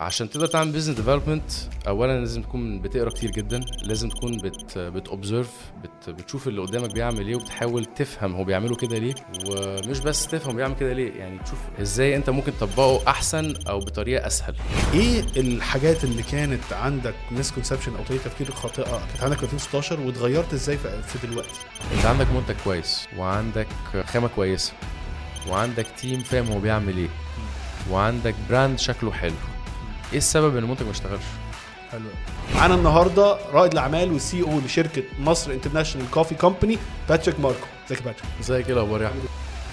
عشان تقدر تعمل بيزنس ديفلوبمنت اولا لازم تكون بتقرا كتير جدا، لازم تكون بتوبزرف بتشوف اللي قدامك بيعمل ايه وبتحاول تفهم هو بيعمله كده ليه، ومش بس تفهم بيعمل كده ليه، يعني تشوف ازاي انت ممكن تطبقه احسن او بطريقه اسهل. ايه الحاجات اللي كانت عندك مسكونسبشن او طريقه تفكير خاطئه كانت عندك في 2016 واتغيرت ازاي في دلوقتي؟ انت عندك منتج كويس وعندك خامه كويسه وعندك تيم فاهم هو بيعمل ايه وعندك براند شكله حلو، ايه السبب ان المنتج ما اشتغلش؟ حلو. معانا النهارده رائد الاعمال والسي او لشركه مصر انترناشونال كوفي كومباني باتريك ماركو. ازيك يا باتريك؟ ازيك، ايه الاخبار يا احمد؟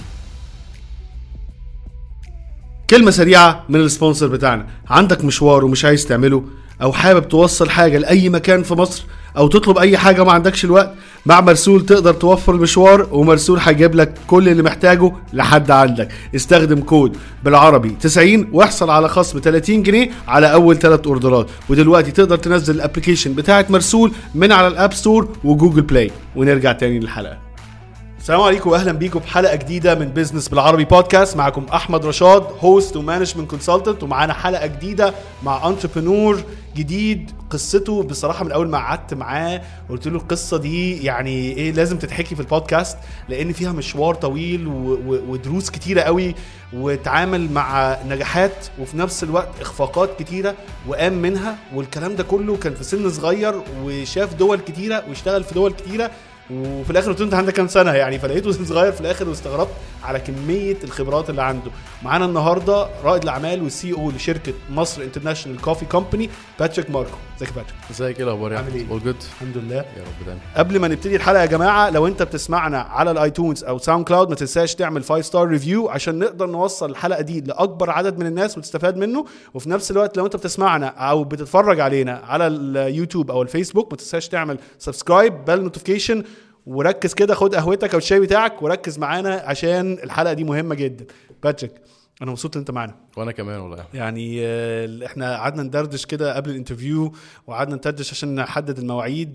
كلمه سريعه من السبونسر بتاعنا. عندك مشوار ومش عايز تعمله، او حابب توصل حاجه لاي مكان في مصر، او تطلب اي حاجه ما عندكش الوقت، مع مرسول تقدر توفر المشوار، ومرسول هيجيب لك كل اللي محتاجه لحد عندك. استخدم كود بالعربي 90 واحصل على خصم 30 جنيه على اول 3 اوردرات. ودلوقتي تقدر تنزل الابليكيشن بتاعت مرسول من على الاب ستور وجوجل بلاي. ونرجع تاني للحلقه. السلام عليكم واهلا بيكم بحلقه جديده من بيزنس بالعربي بودكاست. معكم احمد رشاد، هوست ومانجمنت كونسلتنت، ومعانا حلقه جديده مع انتربرنور جديد. قصته بصراحه من اول ما قعدت معاه قلت له القصه دي يعني ايه لازم تتحكي في البودكاست، لان فيها مشوار طويل ودروس كتيره قوي، وتعامل مع نجاحات وفي نفس الوقت اخفاقات كتيره وقام منها. والكلام ده كله كان في سن صغير وشاف دول كتيره واشتغل في دول كتيره، وفي الاخر قلت له انت عندك كام سنه يعني، فلقيته صغير في الاخر واستغربت على كميه الخبرات اللي عنده. معانا النهارده رائد الاعمال والسي او لشركه مصر انترناشونال كوفي كومباني باتريك ماركو. ازيك يا باتريك؟ ازيك، ايه الاخبار يا عامل ايه؟ اول جود الحمد لله يا رب دايما. قبل ما نبتدي الحلقه يا جماعه، لو انت بتسمعنا على الايتونز او ساوند كلاود ما تنساش تعمل 5 ستار ريفيو عشان نقدر نوصل الحلقه دي لاكبر عدد من الناس وتستفاد منه. وفي نفس الوقت لو انت بتسمعنا او بتتفرج علينا على اليوتيوب او الفيسبوك ما تنساش تعمل سبسكرايب بال نوتيفيكيشن، وركز كده، خد قهوتك او الشاي بتاعك وركز معانا عشان الحلقه دي مهمه جدا. باتريك انا مبسوط ان انت معانا. وانا كمان والله. يعني احنا قعدنا ندردش كده قبل الانترفيو وقعدنا ندردش عشان نحدد المواعيد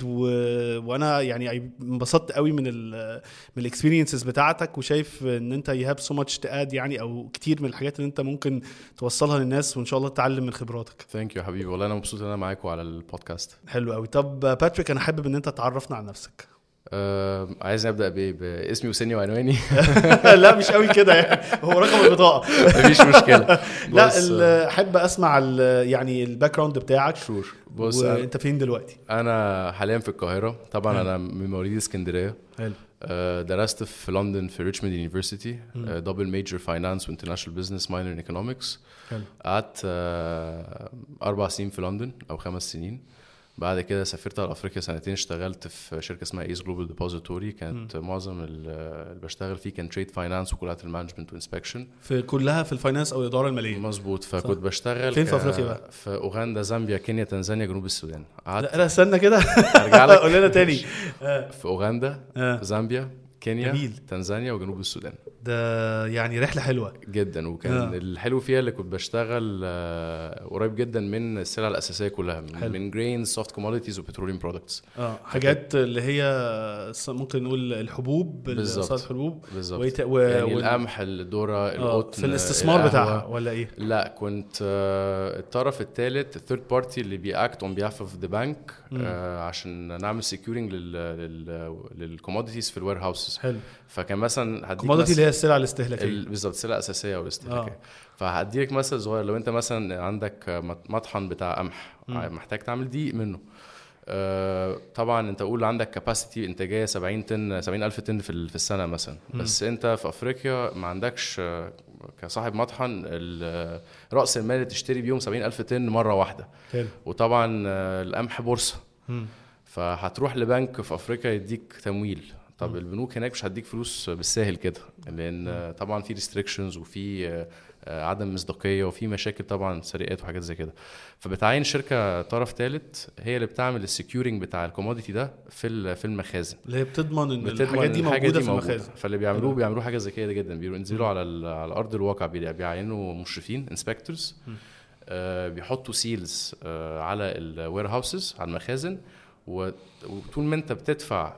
وانا يعني انبسطت قوي من الاكسبيرينسز بتاعتك، وشايف ان انت you have so much to add يعني، او كتير من الحاجات اللي انت ممكن توصلها للناس، وان شاء الله تتعلم من خبراتك. ثانك يو يا حبيبي، والله انا مبسوط ان انا معاكم على البودكاست. حلو قوي. طب باتريك انا حابب ان انت تعرفنا عن نفسك. عايز نبدا باسمي وسني وعنواني؟ لا مش قوي كده يعني، هو رقم البطاقه مفيش مشكله. لا احب اسمع يعني الباك جراوند بتاعك. شور. بص انت فين دلوقتي؟ انا حاليا في القاهره طبعا. انا من مواليد اسكندريه. حلو. درست في لندن في ريتشموند يونيفرسيتي، دبل ميجر فاينانس وانترناشونال بزنس ماينر ان ايكونومكس. قعدت 4 سنين في لندن او 5 سنين. بعد كده سافرت على افريقيا 2 سنين، اشتغلت في شركه اسمها ايس جلوبال ديبوزيتوري. كانت معظم اللي بشتغل فيه كان تريد فاينانس وكلات المانجمنت وانسبكشن، في كلها في الفاينانس او الاداره الماليه. مظبوط. فكنت بشتغل فين في افريقيا بقى؟ في اوغندا، زامبيا، كينيا، تنزانيا، جنوب السودان. لا استنى كده ارجع لك. قول لنا تاني. في اوغندا، زامبيا، كينيا، جميل. تنزانيا وجنوب السودان. ده يعني رحله حلوه جدا. وكان الحلو فيها اللي كنت بشتغل قريب جدا من السلع الاساسيه كلها، من جرينز، سوفت كوموديتيز، وبتروليوم برودكتس. حاجات اللي هي ممكن نقول الحبوب، الحبوب بالظبط. يعني القمح، الذره، القطن. في الاستثمار بتاعها ولا ايه؟ لا، كنت الطرف الثالث، الثيرد بارتي اللي بيأكت اون بيهاف اوف ذا بانك عشان نعمل سيكيورنج للكوموديتيز في الوير هاوسز. حلو. فكان مثلا كوموديتي اللي هي السلع الاستهلاكيه. بالظبط، السلع الاساسيه والاستهلاكيه. فهديلك مثل صغير. لو انت مثلا عندك مطحن بتاع قمح محتاج تعمل دقيق منه، طبعا انت قول عندك كاباسيتي انتاجيه 70,000 طن في السنه مثلا. بس انت في افريقيا ما عندكش كصاحب مطحن راس المال اللي تشتري بيهم 70,000 طن مره واحده. وطبعا القمح بورصه، فهتروح لبنك في افريقيا يديك تمويل. طب البنوك هناك مش هديك فلوس بالساهل كده، لان طبعا في ريستريكشنز وفي عدم مصداقيه وفي مشاكل طبعا، سرقات وحاجات زي كده. فبتعين شركه طرف ثالث هي اللي بتعمل السكيورنج بتاع الكوموديتي ده في المخازن، اللي هي بتضمن ان الحاجات دي موجوده في المخازن. فاللي بيعملوا حاجه ذكيه جدا، بينزلوا على ارض الواقع، بيعينوا مشرفين انسبكتورز، بيحطوا سيلز على الوير هاوسز، على المخازن. وطول ما انت بتدفع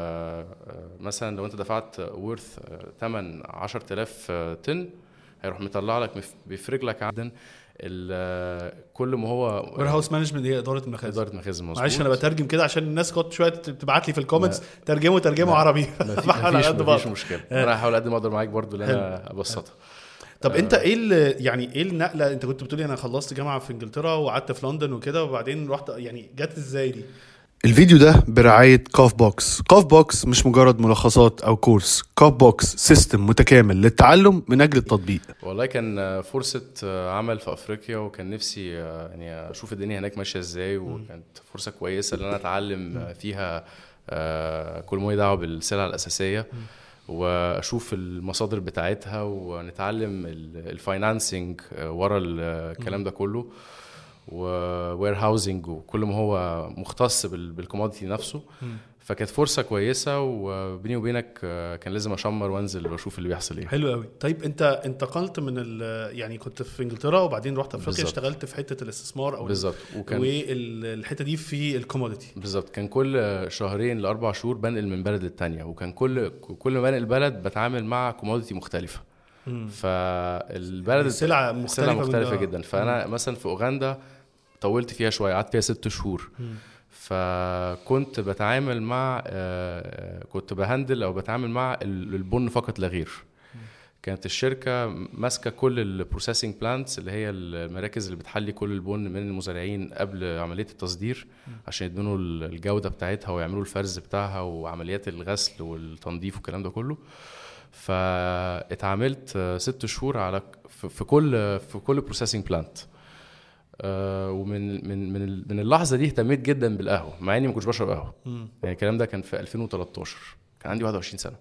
مثلا لو انت دفعت ورث 10,000 طن، هيروح مطلع لك بيفرق لك عدن كل ما هو وير هاوس مانجمنت هي اداره المخازن. اداره مخازن مظبوط. معلش انا بترجم كده عشان الناس كنت شويه تبعت لي في الكومنتس ترجمه عربي. مفيش مشكله. انا هحاول اقدم اقدر معاك برضو ان انا ابسطها. طب انت ايه النقله؟ انت كنت بتقولي انا خلصت جامعه في انجلترا وقعدت في لندن وكده وبعدين رحت، يعني جت ازاي دي؟ الفيديو ده برعاية كاف بوكس. كاف بوكس مش مجرد ملخصات أو كورس، كاف بوكس سيستم متكامل للتعلم من أجل التطبيق. والله كان فرصة عمل في أفريقيا وكان نفسي يعني أشوف الدنيا هناك ماشية إزاي، وكانت فرصة كويسة اللي أنا أتعلم فيها كل ما يدعو بالسلع الأساسية وأشوف المصادر بتاعتها ونتعلم الفاينانسينج ورا الكلام ده كله ووير هاوزنج وكل ما هو مختص بالكوموديتي نفسه. فكانت فرصه كويسه، وبيني وبينك كان لازم اشمر وانزل واشوف اللي بيحصل ايه. حلو قوي. طيب انت انتقلت من يعني كنت في انجلترا وبعدين رحت افريقيا، اشتغلت في حته الاستثمار او بالظبط، والحته دي في الكوموديتي بالظبط. كان كل شهرين ل4 شهور بنقل من بلد للتانية، وكان كل ما بنقل بلد بتعامل مع كوموديتي مختلفه. فالبلد السلعه مختلفه جدا. فانا مثلا في اوغندا طولت فيها شويه، قعدت فيها 6 شهور. فكنت بتعامل مع كنت بهندل او بتعامل مع البن فقط لا غير. كانت الشركه ماسكه كل البروسيسنج بلانتس اللي هي المراكز اللي بتحلي كل البن من المزارعين قبل عمليه التصدير عشان يضمنوا الجوده بتاعتها ويعملوا الفرز بتاعها وعمليات الغسل والتنظيف والكلام ده كله. فاتعاملت 6 شهور على في كل بروسيسنج بلانت. ومن من اللحظه دي اهتميت جدا بالقهوه، مع اني ما كنتش بشرب قهوه. يعني الكلام ده كان في 2013، كان عندي 21 سنه.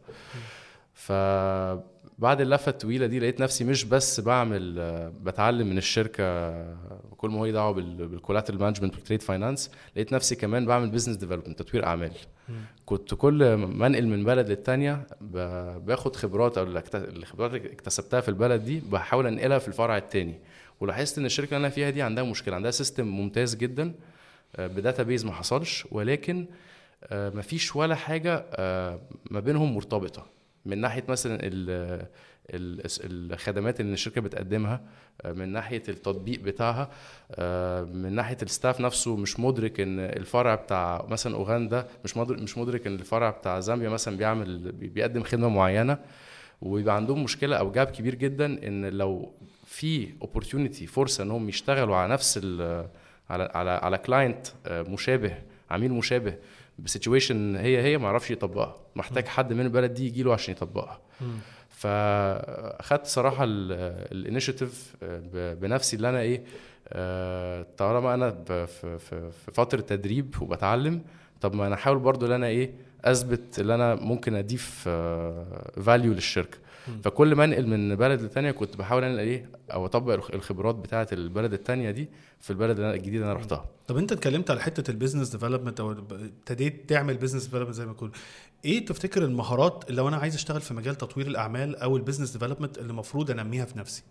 فبعد اللفه الطويله دي لقيت نفسي مش بس بتعلم من الشركه كل ما هو يدعو بالكولاترال مانجمنت والتريد فاينانس، لقيت نفسي كمان بعمل بزنس ديفلوبمنت، تطوير اعمال. كنت كل ما انقل من بلد للتانيه باخد خبرات، او الخبرات اللي اكتسبتها في البلد دي بحاول انقلها في الفرع التاني. ولاحظت ان الشركه اللي انا فيها دي عندها مشكله، عندها سيستم ممتاز جدا بداتابيز ما حصلش، ولكن ما فيش ولا حاجه ما بينهم مرتبطه من ناحيه مثلا الخدمات اللي الشركه بتقدمها، من ناحيه التطبيق بتاعها، من ناحيه الستاف نفسه مش مدرك ان الفرع بتاع مثلا اوغندا مش مدرك ان الفرع بتاع زامبيا مثلا بيقدم خدمه معينه. ويبقى عندهم مشكله او جاب كبير جدا ان لو في opportunity فرصه انهم يشتغلوا على نفس على كلاينت مشابه، عميل مشابه بسيتويشن هي ما يعرفش يطبقها، محتاج حد من البلد دي يجي له عشان يطبقها. فاخدت صراحه الانيشيتيف بنفسي اللي انا طالما انا في فتره تدريب وبتعلم، طب ما انا احاول برضو ان انا اثبت اللي انا ممكن اضيف فاليو للشركه. فكل ما انقل من بلد للتانية كنت بحاول ان او اطبق الخبرات بتاعه البلد التانية دي في البلد الجديد اللي انا رحتها. طب انت اتكلمت على حته البيزنس ديفلوبمنت او ابتديت تعمل بيزنس ديفلوبمنت زي ما بقول، ايه تفتكر المهارات اللي لو انا عايز اشتغل في مجال تطوير الاعمال او البيزنس ديفلوبمنت اللي المفروض انميها في نفسي؟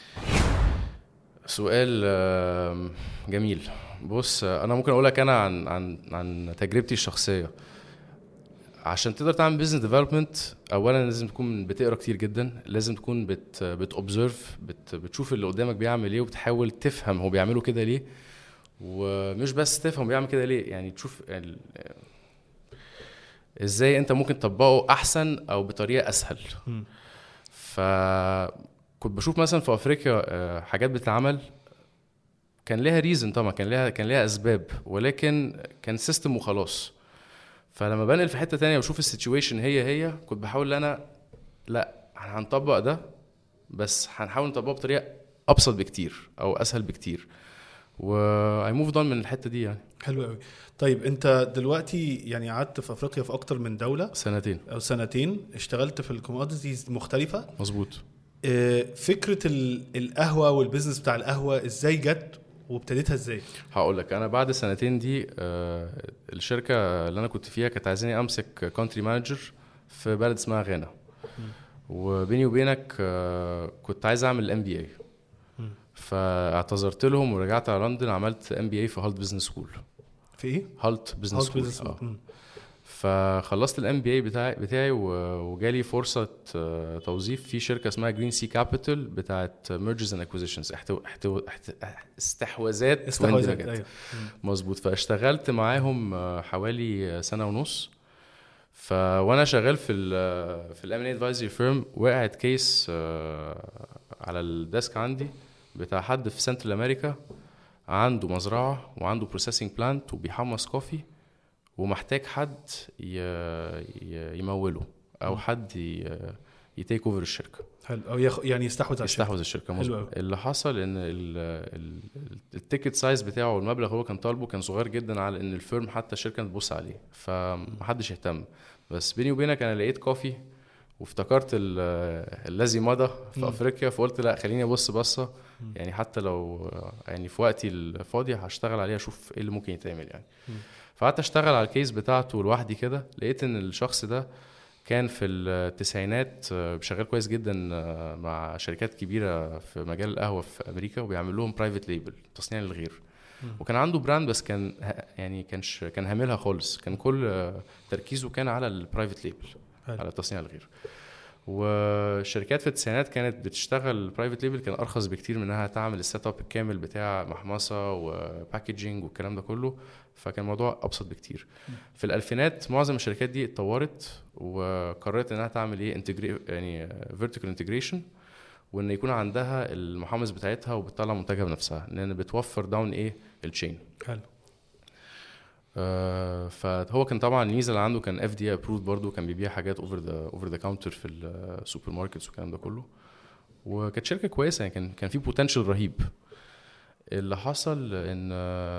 سؤال جميل. بص، انا ممكن اقول لك انا عن تجربتي الشخصيه. عشان تقدر تعمل بيزنس ديفلوبمنت، اولا لازم تكون بتقرا كتير جدا، لازم تكون بتوبزرف، بتشوف اللي قدامك بيعمل ايه وبتحاول تفهم هو بيعمله كده ليه، ومش بس تفهم بيعمل كده ليه، يعني تشوف ازاي انت ممكن تطبقه احسن او بطريقه اسهل. فكنت بشوف مثلا في افريقيا حاجات بتتعمل كان لها ريزن، طبعا كان لها اسباب، ولكن كان سيستم وخلاص. فلما بنقل في حته تانية وشوف السيتويشن هي كنت بحاول ان انا لا هنطبق ده، بس هنحاول نطبقه بطريقه ابسط بكتير او اسهل بكتير، واي موف دون من الحته دي يعني. حلو قوي. طيب انت دلوقتي يعني قعدت في افريقيا في اكتر من دوله، سنتين اشتغلت في الكوموديتيز مختلفه. مظبوط. فكره القهوه والبيزنس بتاع القهوه ازاي جت وابتديتها ازاي؟ هقول لك. انا بعد سنتين دي الشركه اللي انا كنت فيها كانت عايزاني امسك كونتري مانجر في بلد اسمها غانا، وبيني وبينك كنت عايز اعمل MBA. فاعتذرت لهم ورجعت على لندن، عملت MBA في هالت بزنس سكول. في ايه؟ هالت بزنس سكول. فخلصت الام بي اي بتاعي وجالي فرصه توظيف في شركه اسمها جرين سي كابيتال بتاعت ميرجرز اند اكوزيشنز، استحواذات. أيوة. مظبوط. فاشتغلت معاهم حوالي سنه ونص. وانا شغال في الام ان ادفايزري فيرم، وقعت كيس على الديسك عندي بتاع حد في سنترال امريكا عنده مزرعه وعنده بروسيسنج بلانت وبيحمص كوفي، ومحتاج حد يموله او حد يتيك اوفر الشركه. حلو. او يعني يستحوذ الشركه. مظبوط. اللي حصل ان التيكت سايز بتاعه والمبلغ اللي هو كان طالبه كان صغير جدا على ان الفيرم حتى الشركه تبص عليه، فمحدش اهتم. بس بيني وبينك انا لقيت كوفي وافتكرت الذي مضى في افريقيا، فقلت لا خليني ابص بصه يعني، حتى لو يعني في وقتي الفاضي هشتغل عليها اشوف ايه اللي ممكن يتعمل يعني. فقعدت اشتغل على الكيس بتاعته لوحدي كده. لقيت ان الشخص ده كان في التسعينات شغال كويس جدا مع شركات كبيره في مجال القهوه في امريكا، وبيعمل لهم برايفت ليبل، تصنيع للغير. وكان عنده براند بس كان يعني كان هاملها خالص، كان كل تركيزه كان على البرايفت ليبل، على تصنيع الغير. والشركات في التسعينات كانت بتشتغل برايفت ليبل كان ارخص بكتير من انها تعمل السيت اب الكامل بتاع محمصه وباكيجينج والكلام ده كله، فكان الموضوع ابسط بكتير. في الالفينات معظم الشركات دي اتطورت وقررت انها تعمل ايه يعني فيرتيكال انتجريشن، وان يكون عندها المحمص بتاعتها وبتطلع منتجها بنفسها، لان بتوفر داون ايه التشين. حلو. فهو كان طبعا الميزه اللي عنده كان FDA approved برضو، كان بيبيع حاجات اوفر ذا كاونتر في السوبر ماركتس والكلام ده كله، وكانت شركه كويسه يعني، كان في بوتنشال رهيب. اللي حصل ان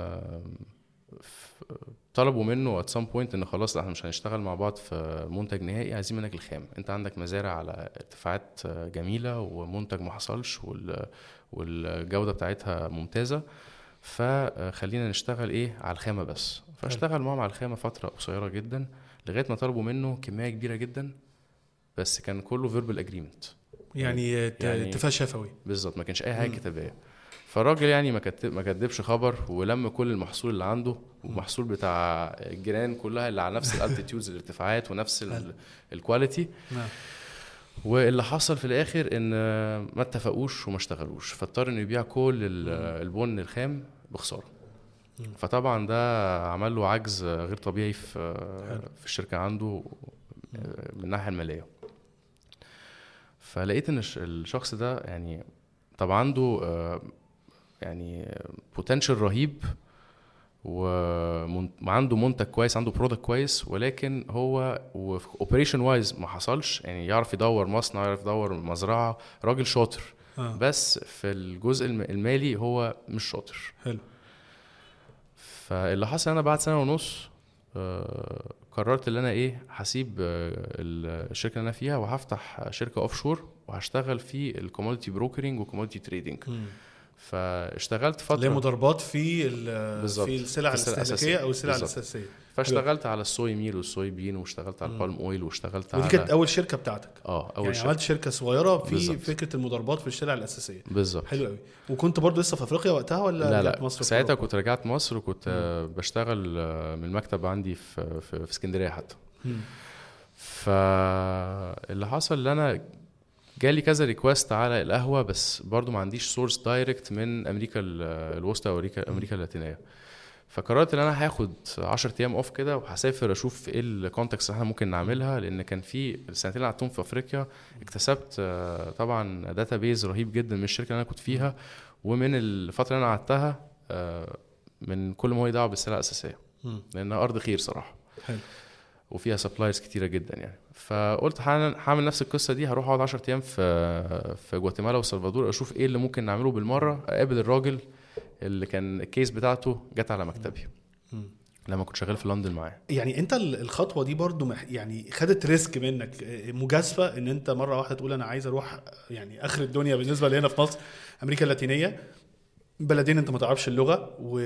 طلبوا منه at some point ان خلاص احنا مش هنشتغل مع بعض في منتج نهائي، عايزين منك الخام. انت عندك مزارع على ارتفاعات جميله ومنتج ما حصلش والجوده بتاعتها ممتازه، فخلينا نشتغل ايه على الخامه بس. فاشتغل معهم على الخامه فتره قصيره جدا لغايه ما طلبوا منه كميه كبيره جدا، بس كان كله فيربال اجريمنت يعني اتفاق شفوي بالظبط، ما كانش اي حاجه كتابيه. فالراجل يعني ما كدبش خبر، ولم كل المحصول اللي عنده والمحصول بتاع الجيران كلها اللي على نفس الالتيتيودز الارتفاعات ونفس الكواليتي. واللي حصل في الاخر ان ما اتفقوش وما اشتغلوش، فاضطر انه يبيع كل البن الخام بخساره. فطبعا ده عمل له عجز غير طبيعي في الشركه عنده من الناحيه الماليه. فلقيت ان الشخص ده يعني طبعا عنده يعني بوتنشال رهيب، وعنده منتج كويس، عنده برودكت كويس، ولكن هو اوبريشن وايز ما حصلش يعني. يعرف يدور مصنع، يعرف يدور مزرعه، راجل شاطر بس في الجزء المالي هو مش شاطر. حلو. فاللي حصل انا بعد سنه ونص قررت ان انا ايه هسيب الشركه اللي انا فيها وهفتح شركه اوف شور وهشتغل في الكوموديتي بروكرينج وكوموديتي تريدينج. فاشتغلت فتره مضاربات في السلع الاستهلاكيه او السلع الاساسيه. فاشتغلت على الصويا ميل والصويا بين، واشتغلت على البالم اويل، واشتغلت ودي كانت اول شركه بتاعتك؟ اول يعني شركه. عملت شركه صغيره في بالزبط. فكره المضاربات في السلع الاساسيه. بالظبط. حلو قوي. وكنت برضو لسه في افريقيا وقتها ولا لا مصر؟ ساعتها كنت رجعت مصر، وكنت بشتغل من المكتب عندي في اسكندريه حتى. فاللي حصل ان انا جالي كذا ريكوست على القهوه، بس برضو ما عنديش سورس دايركت من امريكا الوسطى او امريكا اللاتينيه. فقررت ان انا هاخد 10 ايام اوف كده وهسافر اشوف ايه الكونتاكتس اللي احنا ممكن نعملها، لان كان في السنتين اللي قعدتهم في افريقيا اكتسبت طبعا داتابيز رهيب جدا من الشركه اللي انا كنت فيها، ومن الفتره اللي انا قعدتها من كل ما هو يدعو بالسلع الاساسيه، لانها ارض خير صراحه. حلو. وفيها سبلايرز كتيره جدا يعني. فقلت هعمل نفس القصه دي، هروح اقعد 10 ايام في جواتيمالا وسلفادور، اشوف ايه اللي ممكن نعمله بالمره. اقابل الراجل اللي كان الكيس بتاعته جت على مكتبي لما كنت شغال في لندن معاه. يعني انت الخطوه دي برضو يعني خدت ريسك منك، مجازفه ان انت مره واحده تقول انا عايز اروح يعني اخر الدنيا بالنسبه لنا في مصر امريكا اللاتينيه، بلدين انت ما تعرفش اللغه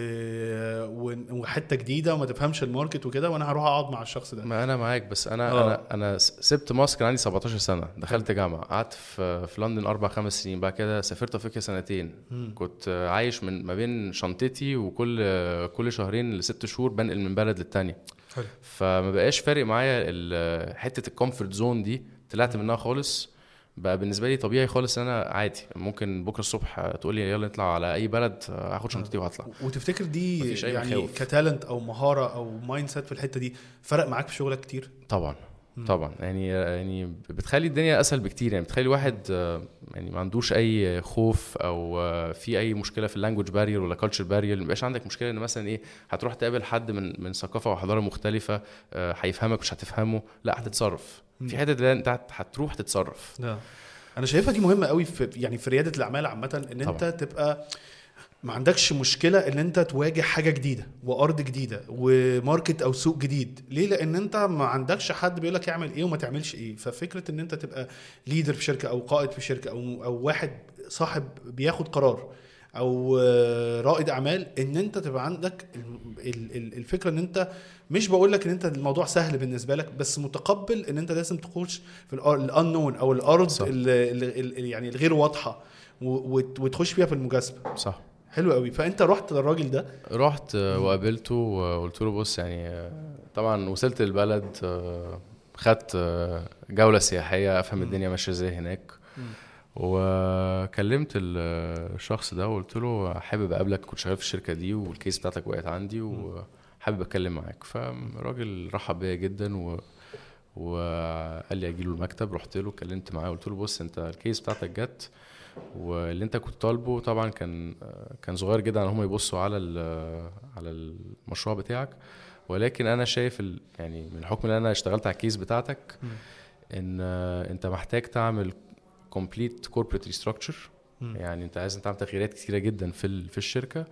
وحته جديده وما تفهمش الماركت وكده، وانا هروح اقعد مع الشخص ده. ما انا معاك، بس انا سبت مصر كان عندي 17 سنه، دخلت جامعه، قعدت في لندن 4-5 سنين، بعد كده سافرت افريقيا 2 سنين. كنت عايش ما بين شنطتي، وكل شهرين ل6 شهور بنقل من بلد للتانية. فما بقاش فارق معايا حته الكومفورت زون دي، طلعت منها خالص. بقى بالنسبه لي طبيعي خالص ان انا عادي ممكن بكره الصبح تقول لي يلا نطلع على اي بلد، اخد شنطتي وهطلع. وتفتكر دي يعني كتالنت او مهاره او مايند سيت في الحته دي فرق معاك في شغلك كتير؟ طبعا طبعا، يعني بتخلي الدنيا اسهل بكتير، يعني بتخلي الواحد يعني ما عندوش اي خوف او في اي مشكله في اللانجويج بارير ولا كلتشر بارير. ما يبقاش عندك مشكله ان مثلا ايه هتروح تقابل حد من ثقافه وحضاره مختلفه، هيفهمك مش هتفهمه، لا هتتصرف في حته اللي انت هتروح تتصرف. انا شايفها دي مهمه قوي في يعني في رياده الاعمال عامه، ان انت تبقى ما عندكش مشكله ان انت تواجه حاجه جديده وارض جديده وماركت او سوق جديد. ليه؟ لان انت ما عندكش حد بيقول لك اعمل ايه وما تعملش ايه. ففكره ان انت تبقى ليدر في شركه او قائد في شركه او واحد صاحب بياخد قرار او رائد اعمال، ان انت تبقى عندك الفكره ان انت مش بقول لك ان انت الموضوع سهل بالنسبه لك، بس متقبل ان انت لازم تخش في الانون او الارض يعني الغير واضحه وتخش فيها في المجازفه. صح، حلو قوي. فانت رحت للراجل ده؟ رحت وقابلته وقلت له بص، يعني طبعا وصلت البلد، خدت جوله سياحيه افهم الدنيا ماشيه ازاي هناك، وكلمت الشخص ده وقلت له حابب اقابلك، كنت شغال في الشركه دي والكيس بتاعتك وقعت عندي وحابب اتكلم معاك. فالراجل رحب بيا جدا وقال لي اجي له المكتب. رحت له اتكلمت معاه قلت له بص، انت الكيس بتاعتك جت، واللي انت كنت طالبه طبعا كان صغير جدا ان هم يبصوا على المشروع بتاعك، ولكن انا شايف يعني من الحكم اللي انا اشتغلت على الكيس بتاعتك ان انت محتاج تعمل complete corporate restructure. يعني انت عايز تعمل تغييرات كتيرة جدا في الشركة،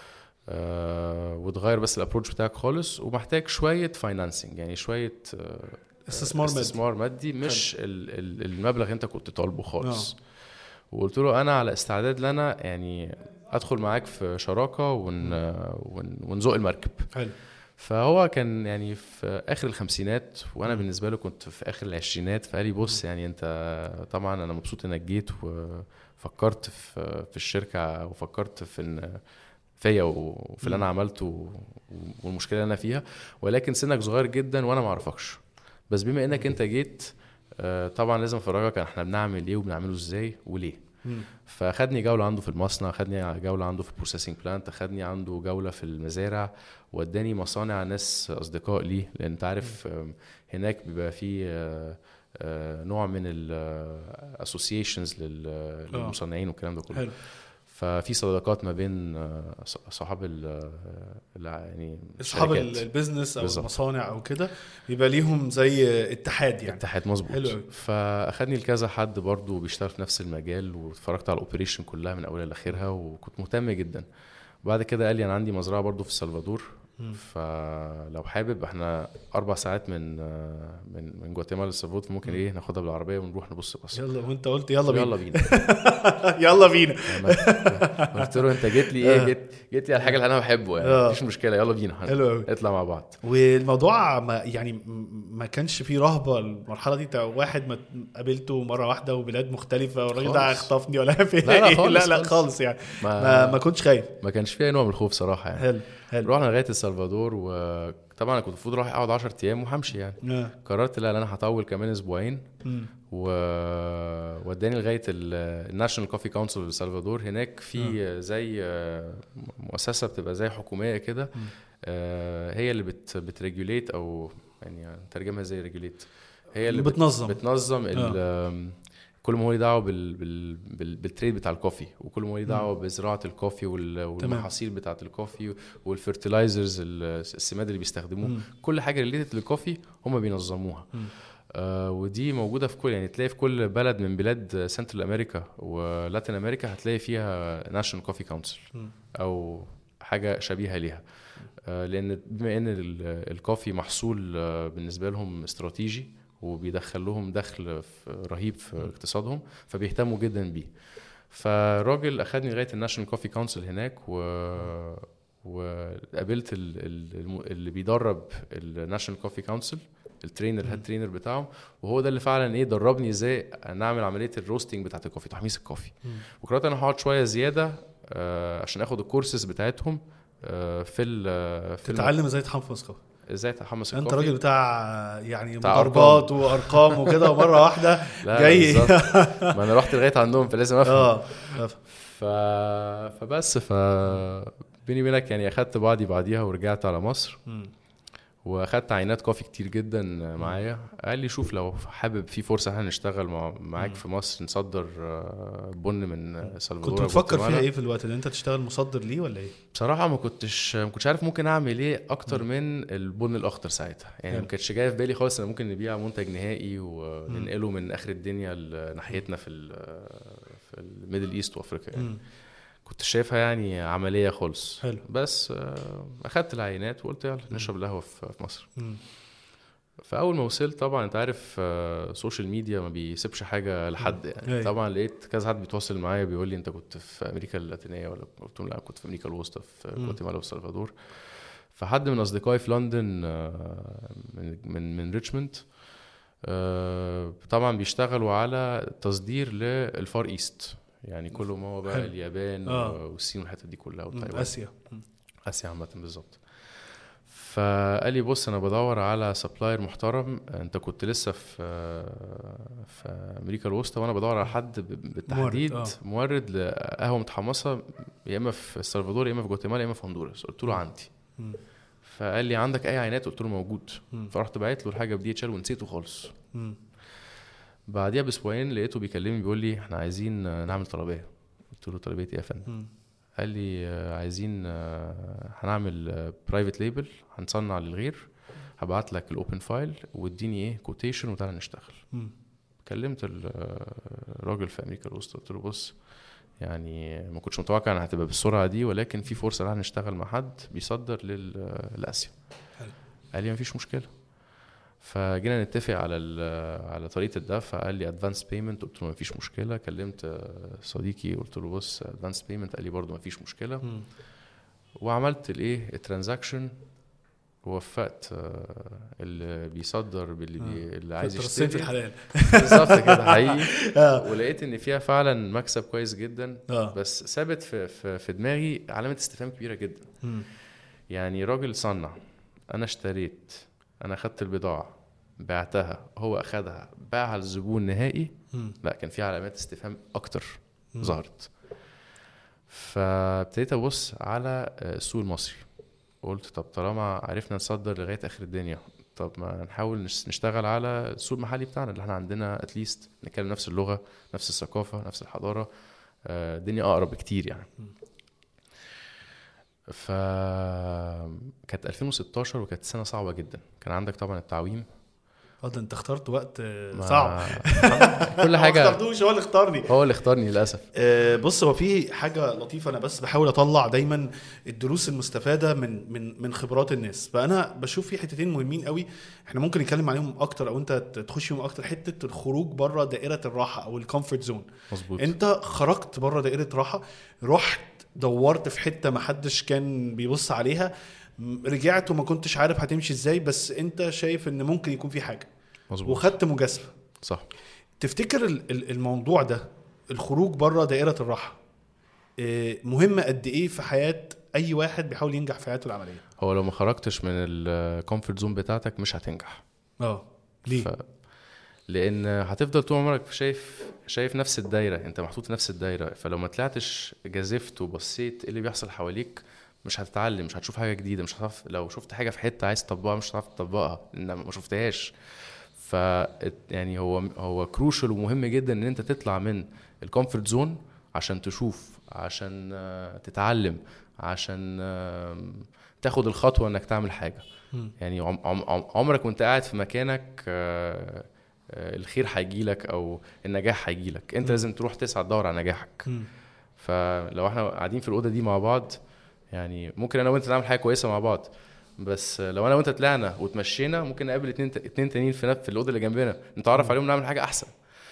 وتغير بس الابروتش بتاعك خالص، ومحتاج شوية financing، يعني شوية استثمار مادي، مش المبلغ انت كنت طالبه خالص. وقلت له انا على استعداد لنا يعني ادخل معاك في شراكة ونزق المركب. حلو. فهو كان يعني في اخر الخمسينات وانا بالنسبه له كنت في اخر العشرينات. فقال لي بص، يعني انت طبعا انا مبسوط انك جيت وفكرت في الشركه وفكرت فيا وفي اللي انا عملته والمشكله اللي انا فيها، ولكن سنك صغير جدا وانا ما اعرفكش، بس بما انك انت جيت طبعا لازم افرجك احنا بنعمل ايه وبنعمله ازاي وليه. فاخدني جوله عنده في المصنع، اخدني جوله عنده في البروسيسنج بلانت، اخدني عنده جوله في المزارع، وداني مصانع ناس اصدقاء لي، لان انت عارف هناك بيبقى في نوع من الاسوسيشنز للمصنعين والكلام ده كله. حلو. ففي صداقات ما بين صحاب يعني اصحاب البيزنس او المصانع او كده، بيبقى ليهم زي اتحاد، يعني اتحاد. مظبوط. فاخدني لكذا حد برضو بيشتغل في نفس المجال، واتفرجت على الاوبريشن كلها من اولها لاخرها، وكنت مهتم جدا. وبعد كده قال لي انا عندي مزرعه برضو في السلفادور، فلو حابب احنا 4 ساعات من جواتيمالا للسلفادور، ممكن ايه ناخدها بالعربيه ونروح نبص بس. يلا. وانت قلت يلا بينا يلا بينا. قلت له انت جيت لي ايه؟ جيت لي على الحاجه اللي انا بحبه، يعني مفيش مشكله، يلا بينا اطلع مع بعض. والموضوع ما كانش فيه رهبه المرحله دي؟ واحد ما قابلته مره واحده وبلاد مختلفه والراجل ده هيخطفني ولا في لا خالص يعني ما كنتش خايف؟ ما كانش فيه نوع من الخوف صراحه يعني. حلو. رحنا لغايه السلفادور، وطبعا انا كنت المفروض رايح اقعد 10 ايام وهمشي يعني. قررت لا انا هطول كمان اسبوعين، ووداني لغايه الناشونال كوفي كونسل في السلفادور. هناك في زي مؤسسه بتبقى زي حكوميه كده، هي اللي بتريجوليت، او يعني ترجمها زي ريجوليت، هي اللي بتنظم كل ما هو ليه دعوه بالتريد بتاع الكوفي، وكل ما هو ليه دعوه بزراعه الكوفي والمحاصيل بتاعه الكوفي والفيرتيلايزرز، السماد اللي بيستخدموه، كل حاجه ريليتد للكوفي هم بينظموها. ودي موجوده في يعني تلاقي في كل بلد من بلاد سنترال امريكا ولاتين امريكا هتلاقي فيها ناشونال كوفي كونسل او حاجه شبيهه ليها، لان بما ان الكوفي محصول بالنسبه لهم استراتيجي وبيدخل لهم دخل رهيب في اقتصادهم، فبيهتموا جدا بيه. فالراجل اخدني لغايه الناشونال كوفي كونسل هناك وقابلت اللي بيدرب الناشونال كوفي كونسل، الترينر، الهيد ترينر بتاعهم، وهو ده اللي فعلا ايه دربني ازاي نعمل عمليه الروستنج بتاعه الكوفي، تحميص الكوفي. وقررت انا هقعد شويه زياده عشان اخد الكورسز بتاعتهم في تتعلم ازاي تحمص كوفي، ازاي تحمص الكوفي. انت راجل بتاع يعني مضاربات وارقام وكده، ومره واحده جاي ما انا رحت لغايه عندهم فلازم افهم. فبس بيني وبينك يعني اخدت بعديها ورجعت على مصر. واخدت عينات كوفي كتير جدا معايا. قال لي شوف لو حابب في فرصه احنا نشتغل معاك في مصر، نصدر بن من سلفادور. كنت بتفكر فيها ايه في الوقت اللي انت تشتغل مصدر ليه ولا ايه؟ بصراحه ما كنتش عارف ممكن اعمل ايه اكتر من البن الاخضر ساعتها. يعني ما كانتش جايه في بالي خالص ان ممكن نبيع منتج نهائي وننقله من اخر الدنيا لناحيتنا في الميدل ايست وافريقيا. يعني كنت شايفها يعني عمليه خالص. حلو. بس اخدت العينات وقلت يلا نشرب القهوه في مصر. فاول ما وصلت طبعا انت عارف سوشيال ميديا ما بيسيبش حاجه لحد يعني. طبعا لقيت كذا حد بيتواصل معايا بيقول لي انت كنت في امريكا اللاتينيه ولا؟ قلت له لا كنت في امريكا الوسطى في جواتيمالا والسلفادور. فحد من اصدقائي في لندن من ريتشموند طبعا بيشتغلوا على تصدير للفار ايست، يعني كله ما هو بقى حلو. اليابان والصين والحتت دي كلها وتايوان، اسيا عامه بالظبط. فقال لي بص انا بدور على سبلاير محترم، انت كنت لسه في امريكا الوسطى وانا بدور على حد بالتحديد مورد لقهوه متحمصه يا اما في السلفادور يا اما في جواتيمالا يا اما في هندوراس. قلت له عندي. فقال لي عندك اي عينات؟ قلت له موجود. فرحت بعت له الحاجه بدي اتشال ونسيته خالص. بعديها باسبوعين لقيته بيكلمني بيقول لي احنا عايزين نعمل طلبيه. قلت له طلبيه ايه يا فندم؟ قال لي عايزين هنعمل برايفت ليبل، هنصنع للغير، هبعت لك الاوبن فايل واديني ايه كوتيشن وتعالى نشتغل. كلمت الراجل في امريكا الوسطى قلت له بص يعني ما كنتش متوقع انها هتبقى بالسرعه دي، ولكن في فرصه ان نشتغل مع حد بيصدر لاسيا. قال لي مفيش مشكله. فجينا نتفق على طريقه الدفع. قال لي ادفانس بيمنت. قلت له مفيش مشكله. كلمت صديقي قلت له بص ادفانس بيمنت. قال لي برضو مفيش مشكله. وعملت الايه الترانزاكشن، ووفقت اللي بيصدر اللي عايز يشتري في الحلال بالظبط كده حقيقي. ولقيت ان فيها فعلا مكسب كويس جدا. بس ثابت في دماغي علامه استفهام كبيره جدا. يعني راجل صنع، انا اشتريت، انا اخدت البضاعه بعتها، هو اخدها باعها للزبون نهائي. لا كان في علامات استفهام اكتر ظهرت. فابتديت ابص على السوق المصري. قلت طب طالما عرفنا نصدر لغايه اخر الدنيا، طب ما نحاول نشتغل على السوق المحلي بتاعنا اللي احنا عندنا اتليست نتكلم نفس اللغه نفس الثقافه نفس الحضاره، الدنيا اقرب بكتير يعني. فكانت 2016 وكانت سنه صعبه جدا. كان عندك طبعا التعويم. ده انت اخترت وقت صعب. كل حاجه اخترتوش، هو اللي اختارني للاسف. بص هو في حاجه لطيفه، انا بس بحاول اطلع دايما الدروس المستفاده من خبرات الناس. فانا بشوف في حتتين مهمين قوي احنا ممكن نتكلم عليهم اكتر او انت تخش فيهم اكتر. حته الخروج بره دائره الراحه او الكومفورت زون. مظبوط. انت خرجت بره دائره راحه، رحت دورت في حته ما حدش كان بيبص عليها، رجعت وما كنتش عارف هتمشي ازاي، بس انت شايف ان ممكن يكون في حاجه. مظبوط. وخدت مجازفه. صح. تفتكر الموضوع ده، الخروج بره دائره الراحه، مهمه قد ايه في حياه اي واحد بيحاول ينجح في حياته العمليه؟ هو لو ما خرجتش من الكومفورت زون بتاعتك مش هتنجح. ليه؟ لان هتفضل طول عمرك شايف نفس الدايره، انت محطوط نفس الدايره. فلو ما طلعتش جازفت وبصيت ايه اللي بيحصل حواليك مش هتتعلم، مش هتشوف حاجه جديده، مش هتعرف. لو شفت حاجه في حته عايز تطبقها مش هتعرف تطبقها لان ما شفتهاش. ف يعني هو كروشال ومهم جدا ان انت تطلع من الكومفورت زون عشان تشوف، عشان تتعلم، عشان تاخد الخطوه انك تعمل حاجه. يعني عمرك وانت قاعد في مكانك الخير هيجيلك او النجاح هيجيلك. انت لازم تروح تسعى تدور على نجاحك. فلو احنا قاعدين في الاوضه دي مع بعض، يعني ممكن انا وانت نعمل حاجه كويسه مع بعض، بس لو انا وانت طلعنا وتمشينا ممكن نقابل اتنين تانيين في الاوضه اللي جنبنا نتعرف عليهم نعمل حاجه احسن.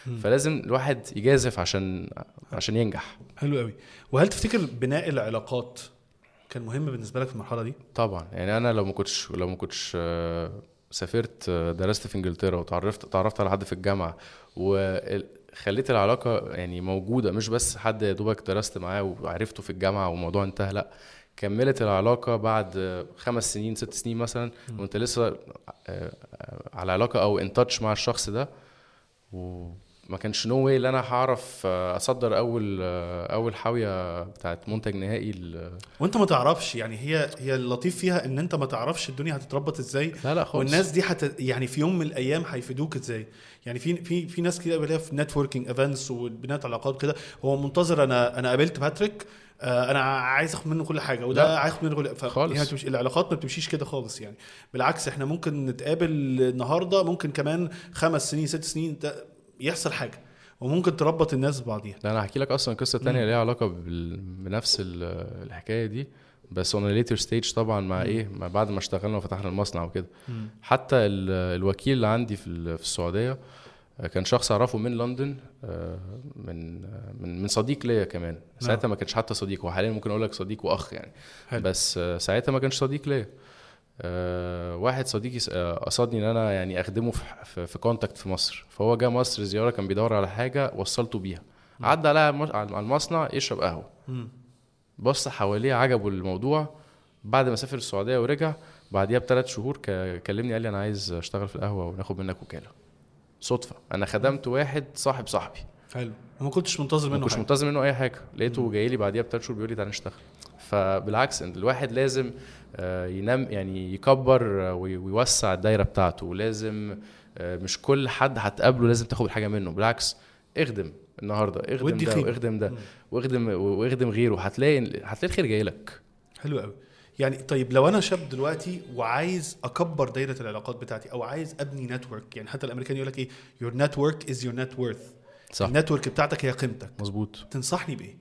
فلازم الواحد يجازف عشان ينجح. حلو قوي. وهل تفتكر بناء العلاقات كان مهم بالنسبه لك في المرحله دي؟ طبعا يعني انا لو ما كنتش سافرت درست في انجلترا وتعرفت على حد في الجامعه وخليت العلاقه يعني موجوده، مش بس حد يا دوبك درست معاه وعرفته في الجامعه والموضوع انتهى، لا كملت العلاقه بعد 5 سنين 6 سنين مثلا وانت لسه على علاقه او ان تاتش مع الشخص ده، وما كانش نو واي اللي انا هعرف اصدر اول حاويه بتاعت منتج نهائي وانت ما تعرفش. يعني هي اللطيف فيها ان انت ما تعرفش الدنيا هتتربط ازاي. لا خالص. والناس دي يعني في يوم من الايام هيفيدوك ازاي. يعني في ناس كده بلاقيها في نتوركينج ايفنتس وبناء علاقات كده، هو منتظر انا قابلت باتريك، انا عايز اخد منه كل حاجه وده عايز اخد منه كل خالص. العلاقات ما بتمشيش كده خالص يعني. بالعكس احنا ممكن نتقابل النهارده، ممكن كمان 5 سنين 6 سنين يحصل حاجه وممكن تربط الناس ببعضيها. انا هحكي لك اصلا قصه تانية ليها علاقه بنفس الحكايه دي، بس on a later stage طبعا مع بعد ما اشتغلنا وفتحنا المصنع وكده. حتى الوكيل اللي عندي في السعوديه كان شخص اعرفه من لندن، من صديق ليا كمان. ساعتها ما كانش حتى صديق، وحاليا ممكن اقول لك صديق واخ يعني. بس ساعتها ما كانش صديق ليا. واحد صديقي قصدني ان انا يعني اخدمه في كونتاكت في مصر، فهو جاء مصر زياره، كان بيدور على حاجه وصلته بيها، عدى على المصنع يشرب قهوه، بص حواليه عجبه الموضوع. بعد ما سافر السعوديه ورجع بعديها ب3 شهور كلمني قال لي انا عايز اشتغل في القهوه وناخد منك وكاله. صدفه انا خدمت واحد صاحبي. حلو. وما كنتش منتظر منه اي حاجه، لقيته جاي لي بعديها ب3 شهور بيقول لي تعالى نشتغل. فبالعكس الواحد لازم ينام يعني يكبر ويوسع الدايره بتاعته، ولازم مش كل حد هتقابله لازم تاخد حاجه منه. بالعكس اخدم النهارده، اخدم ده واخدم غيره، هتلاقي الخير جاي لك. حلو قوي. يعني طيب لو انا شاب دلوقتي وعايز اكبر دايره العلاقات بتاعتي او عايز ابني نتورك، يعني حتى الامريكان يقول لك ايه your network is your net worth. صح. النتورك بتاعتك هي قيمتك. مظبوط. تنصحني بايه؟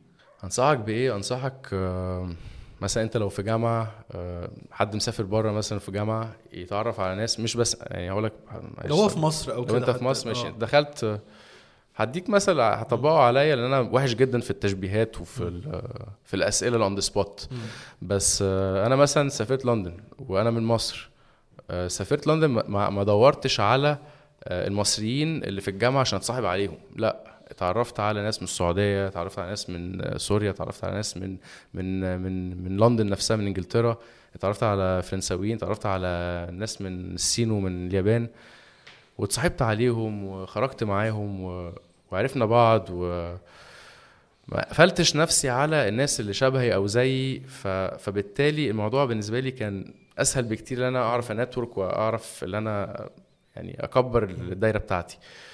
انصحك مثلا انت لو في جامعه، حد مسافر بره مثلا في جامعه، يتعرف على ناس، مش بس يعني هقول لك لو هو في مصر او كده، لو انت في مصر ماشي دخلت هديك مثلا هطبقه عليا لان انا وحش جدا في التشبيهات في الاسئله الاون ذا سبوت. بس انا مثلا سافرت لندن وانا من مصر. سافرت لندن ما دورتش على المصريين اللي في الجامعه عشان اتصاحب عليهم، لا اتعرفت على ناس من السعوديه، اتعرفت على ناس من سوريا، اتعرفت على ناس من لندن نفسها، من انجلترا، اتعرفت على فرنساويين، اتعرفت على ناس من الصين ومن اليابان، واتصاحبت عليهم وخرجت معاهم وعرفنا بعض ما قفلتش نفسي على الناس اللي شبهي او زيي. فبالتالي الموضوع بالنسبه لي كان اسهل بكتير ان انا اعرف انتورك واعرف ان انا يعني اكبر الدايره بتاعتي.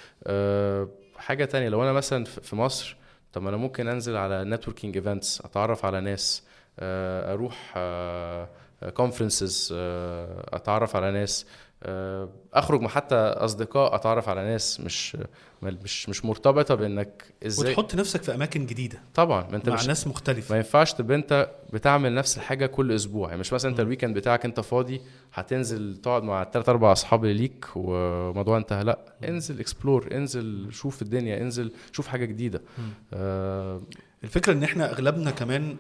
حاجه تانية لو انا مثلا في مصر، طب انا ممكن انزل على نتوركينج ايفنتس، اتعرف على ناس، اروح كونفرنسز، اتعرف على ناس، اخرج مع حتى اصدقاء، اتعرف على ناس مش مرتبطه بانك ازاي وتحط نفسك في اماكن جديده. طبعا ما انت مع ناس مختلفه. ما ينفعش تبقى انت بتعمل نفس الحاجه كل اسبوع. يعني مش مثلا انت الويكند بتاعك انت فاضي هتنزل تقعد مع 3-4 اصحاب اللي ليك وموضوع انتهى، لا انزل اكسبلور، انزل شوف الدنيا، انزل شوف حاجه جديده. الفكره ان احنا اغلبنا كمان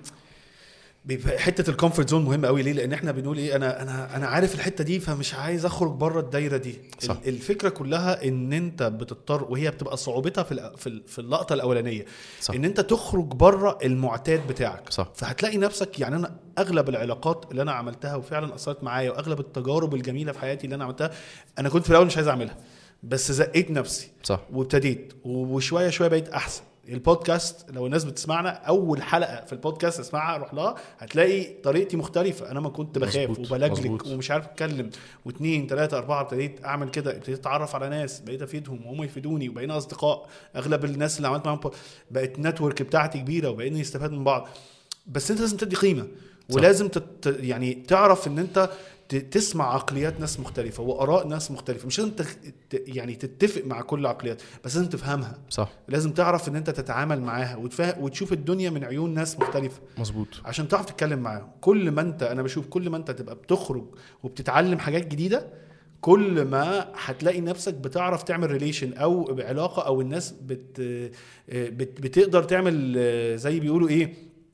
حته الكومفورت زون مهمه قوي. ليه؟ لان احنا بنقول ايه، انا عارف الحته دي فمش عايز اخرج بره الدايره دي. صح. الفكره كلها ان انت بتضطر، وهي بتبقى صعوبتها في اللقطه الاولانيه. صح. ان انت تخرج بره المعتاد بتاعك. صح. فهتلاقي نفسك، يعني انا اغلب العلاقات اللي انا عملتها وفعلا اثرت معايا، واغلب التجارب الجميله في حياتي اللي انا عملتها، انا كنت في الاول مش عايز اعملها، بس زقيت نفسي. صح. وابتديت وشويه شويه بقيت احسن. البودكاست لو الناس بتسمعنا اول حلقه في البودكاست اسمعها، روح لها، هتلاقي طريقتي مختلفه. انا ما كنت بخاف وبلجلك ومش عارف اتكلم، 2 3 4 ابتديت اعمل كده، ابتديت اتعرف على ناس، بقيت افيدهم وهم يفيدوني، وبقينا اصدقاء. اغلب الناس اللي عملت معاهم بقت نتورك بتاعتي كبيره، وبقينا نستفاد من بعض. بس انت لازم تدي قيمه، ولازم يعني تعرف ان انت تسمع عقليات ناس مختلفة وآراء ناس مختلفة. مش لازم يعني تتفق مع كل عقليات، بس لازم تفهمها. صح. لازم تعرف ان انت تتعامل معاها وتشوف الدنيا من عيون ناس مختلفة. مظبوط. عشان تعرف تتكلم معاهم. انا بشوف كل ما انت تبقى بتخرج وبتتعلم حاجات جديدة، كل ما هتلاقي نفسك بتعرف تعمل ريليشن او علاقه، او الناس بتقدر تعمل زي بيقولوا ايه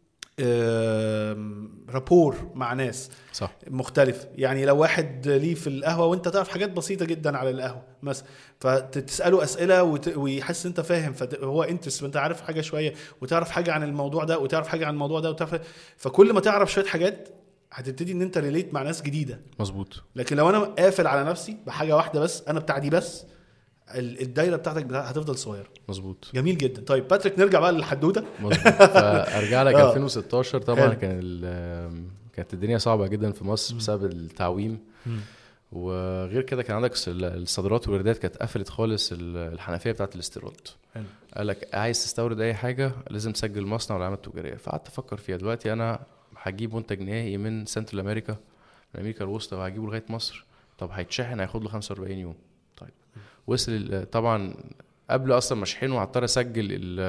رابور مع ناس صح مختلف. يعني لو واحد ليه في القهوه وانت تعرف حاجات بسيطه جدا على القهوه مثلا، فتساله اسئله ويحس انت فاهم، فهو انترست وانت عارف حاجه شويه، وتعرف حاجه عن الموضوع ده وتعرف حاجه عن الموضوع ده فكل ما تعرف شويه حاجات هتبتدي ان انت ريليت مع ناس جديده. مظبوط. لكن لو انا قافل على نفسي بحاجه واحده بس، انا بتاع دي بس، الدايره بتاعتك هتفضل صغيره. مظبوط. جميل جدا. طيب باتريك، نرجع بقى للحدوته. مظبوط. فارجع لك 2016 طبعا كانت الدنيا صعبه جدا في مصر بسبب التعويم. وغير كده كان عندك الصادرات والواردات كانت قفلت خالص، الحنفيه بتاعه الاستيراد. قال لك عايز تستورد اي حاجه لازم تسجل مصنع والعلامه التجاريه. فقعدت افكر فيها، دلوقتي انا هجيب منتج نهائي من سنترال امريكا، من امريكا الوسطى، وهجيبه لغايه مصر. طب هيتشحن هياخد له 45 يوم. طيب وصل طبعا قبل اصلا ما اشحنه هضطر اسجل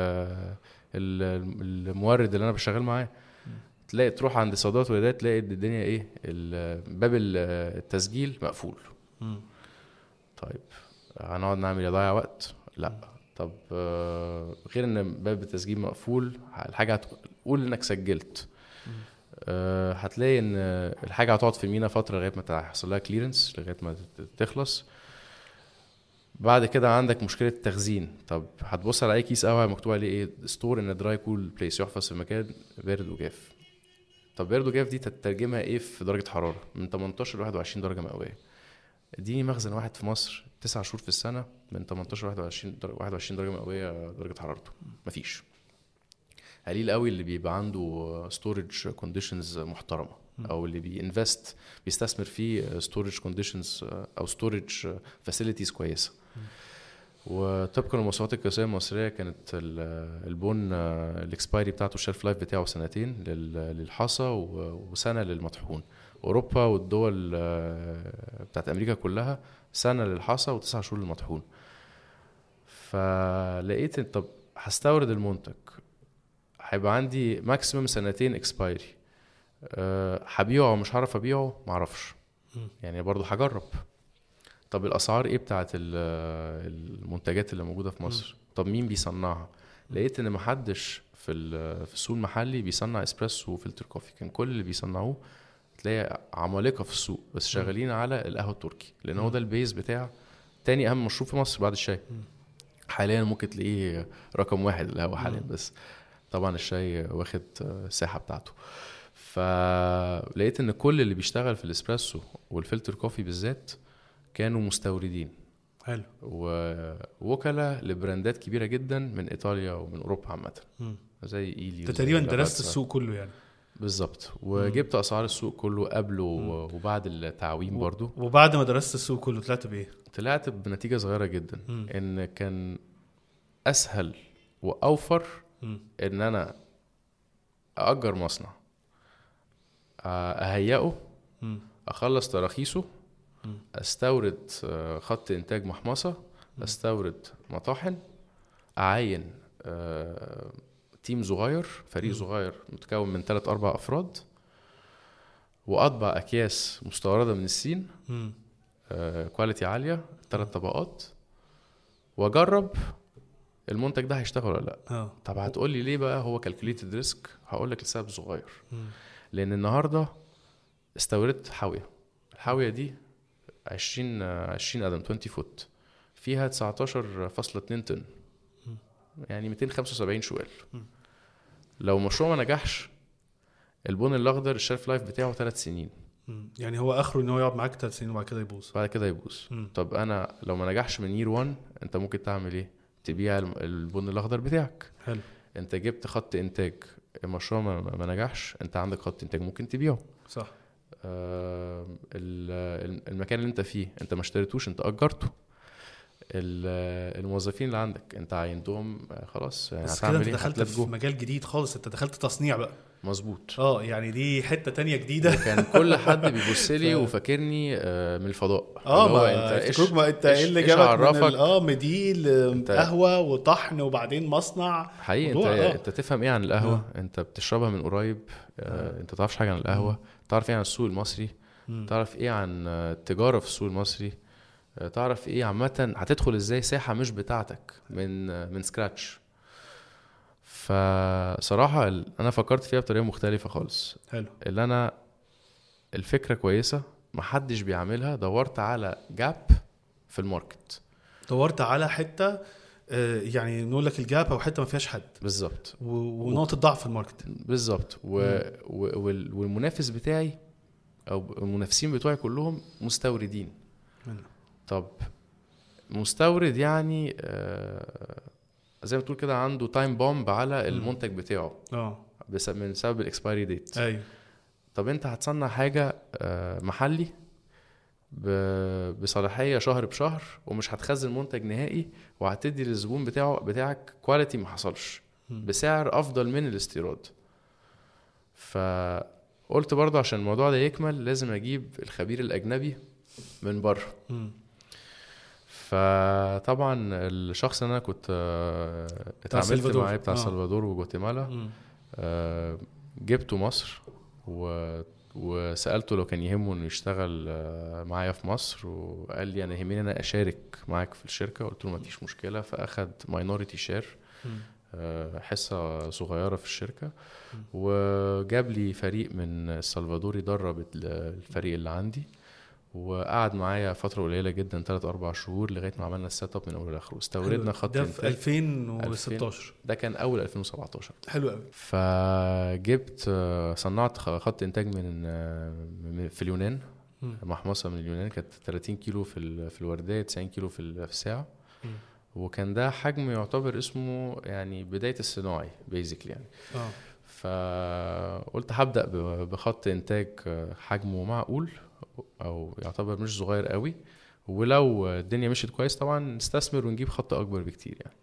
المورد اللي انا بشتغل معاه. تلاقي تروح عند صادرات والواردات تلاقي الدنيا ايه، باب التسجيل مقفول. طيب هنقعد نعمل يضيع وقت؟ لا. طب غير ان باب التسجيل مقفول، الحاجه هتقول انك سجلت، هتلاقي ان الحاجه هتقعد في المينا فتره لغايه ما تحصل لها كليرنس، لغايه ما تخلص. بعد كده عندك مشكله التخزين. طب هتبص على اي كيس قهوه مكتوب عليه ايه؟ ستور ان دراي كول بليس، يحفظ في مكان بارد وجاف. طب بارد وجاف دي تترجمها ايه في درجه حراره؟ من 18 ل 21 درجه مئويه. اديني مخزن واحد في مصر 9 شهور في السنه من 18 ل 21 درجه مئويه درجه حرارته، مفيش. قليل قوي اللي بيبقى عنده ستورج كونديشنز محترمه، او اللي بيستثمر في ستورج كونديشنز او ستورج فاسيلتيز كويسه. وطبقا للمواصفات القياسيه المصريه كانت البون الاكسبايري بتاعته الشيلف لايف بتاعه 2 للحصى وسنه للمطحون. اوروبا والدول بتاعت امريكا كلها 1 للحصى و9 شهور للمطحون. فلقيت طب هستورد المنتج هيبقى عندي ماكسيمم 2 اكسبايري، هبيعه او مش هعرف ابيعه معرفش، يعني برضو هجرب. طب الاسعار ايه بتاعت المنتجات اللي موجوده في مصر؟ طب مين بيصنعها؟ لقيت ان محدش في السوق المحلي بيصنع اسبريسو وفلتر كوفي. كان كل اللي بيصنعوه تلاقي عمالقه في السوق بس شغالين على القهوه التركي، لان هو ده البيز بتاع تاني اهم مشروب في مصر بعد الشاي. حاليا ممكن تلاقيه رقم 1 القهوه حاليا، بس طبعا الشاي واخد الساحه بتاعته. فلقيت ان كل اللي بيشتغل في الاسبريسو والفلتر كوفي بالذات كانوا مستوردين. حلو. ووكلاء لبراندات كبيره جدا من ايطاليا ومن اوروبا عامه، زي ايلي. تقريبا درست السوق كله يعني. بالظبط. وجبت اسعار السوق كله قبله وبعد التعويم برضو. وبعد ما درست السوق كله طلعت بايه؟ طلعت بنتيجه صغيره جدا. ان كان اسهل واوفر ان انا اجر مصنع، اهيئه، اخلص تراخيصه، استورد خط انتاج محمصه، استورد مطاحن، اعين تيم صغير، فريق صغير متكون من 3-4 افراد، واطبع اكياس مستورده من الصين كواليتي عاليه 3 طبقات، واجرب المنتج ده هيشتغل ولا لا. طب هتقول لي ليه بقى هو كالكوليتد ريسك؟ هقول لك لسبب صغير. لان النهارده استوردت حاويه، الحاويه دي 20 قدم 20 فوت، فيها 19.2 طن، يعني 275 شوال. لو مشروع ما نجحش، البون الاخضر الشيلف لايف بتاعه 3 سنين، يعني هو اخره ان هو يقعد معاك 3 سنين وبعد كده يبوظ. طب انا لو ما نجحش من يير 1 انت ممكن تعمل ايه؟ تبيع البن الاخضر بتاعك. حلو. انت جبت خط انتاج، المشروع ما نجحش، انت عندك خط انتاج ممكن تبيعه. صح. المكان اللي انت فيه انت ما اشتريتوش، انت اجرته. الموظفين اللي عندك انت عينتهم خلاص، يعني بس كده انت دخلت في مجال جديد خالص، انت دخلت تصنيع بقى. مظبوط. يعني دي حته تانية جديده. كان كل حد بيبص لي وفاكرني من الفضاء. انت ايه اللي جابك من مديل قهوه وطحن وبعدين مصنع حقيقي. انت تفهم ايه عن القهوه؟ انت بتشربها من قريب. انت تعرفش حاجه عن القهوه؟ تعرف ايه عن السوق المصري؟ تعرف ايه عن التجاره في السوق المصري؟ تعرف ايه عامه هتدخل ازاي ساحه مش بتاعتك من سكراتش. فصراحه انا فكرت فيها بطريقه مختلفه خالص. حلو. اللي انا الفكره كويسه محدش بيعملها، دورت على جاب في الماركت، دورت على حته يعني نقول لك الجاب او حته ما فيهاش حد بالظبط، ونقطه ضعف في الماركت بالظبط. والمنافس بتاعي او المنافسين بتوعي كلهم مستوردين. طب مستورد يعني زي ما تقول كده عنده تايم بومب على المنتج بتاعه من سبب الاكسبايري ديت. ايوه. طب انت هتصنع حاجه محلي بصلاحيه شهر بشهر، ومش هتخزن منتج نهائي، وهتدي للزبون بتاعك كواليتي ما حصلش بسعر افضل من الاستيراد. فقلت برضه عشان الموضوع ده يكمل لازم اجيب الخبير الاجنبي من بره. فطبعا الشخص اللي انا كنت اتعاملت معاه بتاع سلفادور وجواتيمالا جبته مصر وسألته لو كان يهمه انه يشتغل معايا في مصر، وقال لي انا يهمني انا اشارك معاك في الشركة. قلت له ما فيش مشكلة. فاخد ماينوريتي شير، حصة صغيرة في الشركة، وجاب لي فريق من السلفادور يدرب الفريق اللي عندي، وقعد معايا فترة قليلة جدا 3-4 شهور لغاية ما عملنا السيت اب من أول لآخره. استوردنا خط ده في 2016. ده كان أول 2017. حلو قوي. فجبت صنعت خط إنتاج في اليونان، محمصة من اليونان، كانت 30 كيلو في الوردية، 90 كيلو في الساعة. وكان ده حجم يعتبر اسمه يعني بداية الصناعي بيزيكلي يعني. فقلت هبدأ بخط إنتاج حجمه معقول او يعتبر مش صغير قوي، ولو الدنيا مشيت كويس طبعا نستثمر ونجيب خط اكبر بكتير يعني.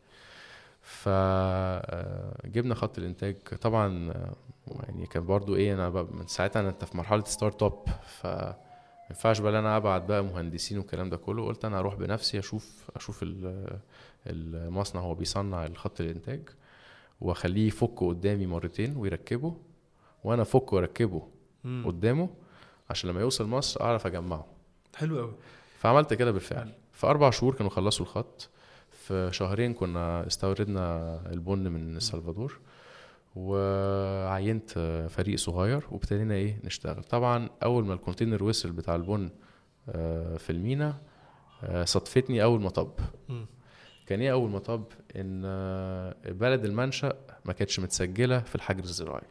فجبنا خط الانتاج طبعا. يعني كان برضو ايه، انا من ساعتها انت في مرحله ستارت اب، فما ينفعش بقى انا ابعت بقى مهندسين والكلام ده كله. قلت انا اروح بنفسي اشوف المصنع هو بيصنع الخط الانتاج، واخليه يفك قدامي مرتين ويركبه، وانا افك واركبه قدامه عشان لما يوصل مصر اعرف اجمعه. حلو قوي. فعملت كده بالفعل. في 4 شهور كانوا خلصوا الخط، في شهرين كنا استوردنا البن من السلفادور، وعينت فريق صغير وابتدينا ايه نشتغل. طبعا اول ما الكونتينر وصل بتاع البن في المينا صدفتني اول مطب. كان ايه اول مطب؟ ان بلد المنشأ ما كانتش متسجلة في الحجر الزراعي.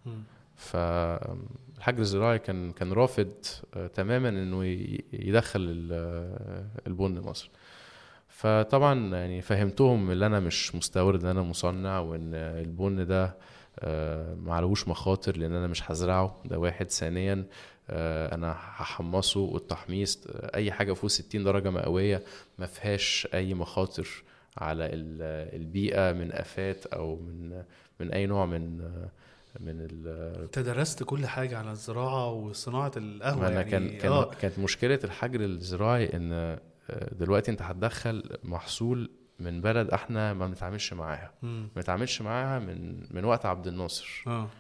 فالحجر الزراعي كان رافض تماما انه يدخل البن مصر. فطبعا يعني فهمتهم اللي انا مش مستورد، انا مصنع، وان البن ده معلوش مخاطر لان انا مش هزرعه، ده واحد. ثانيا انا هحمصه، والتحميص اي حاجه فوق 60 درجه مئويه ما فيهاش اي مخاطر على البيئه من افات او من اي نوع من انت درست كل حاجه على الزراعه وصناعه القهوه يعني. كانت مشكله الحجر الزراعي ان دلوقتي انت هتدخل محصول من بلد احنا ما بنتعاملش معاها من وقت عبد الناصر.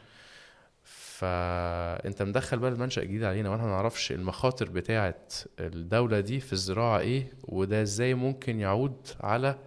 فانت مدخل بقى المنشأ جديد علينا، وانا ما نعرفش المخاطر بتاعه الدوله دي في الزراعه ايه، وده ازاي ممكن يعود على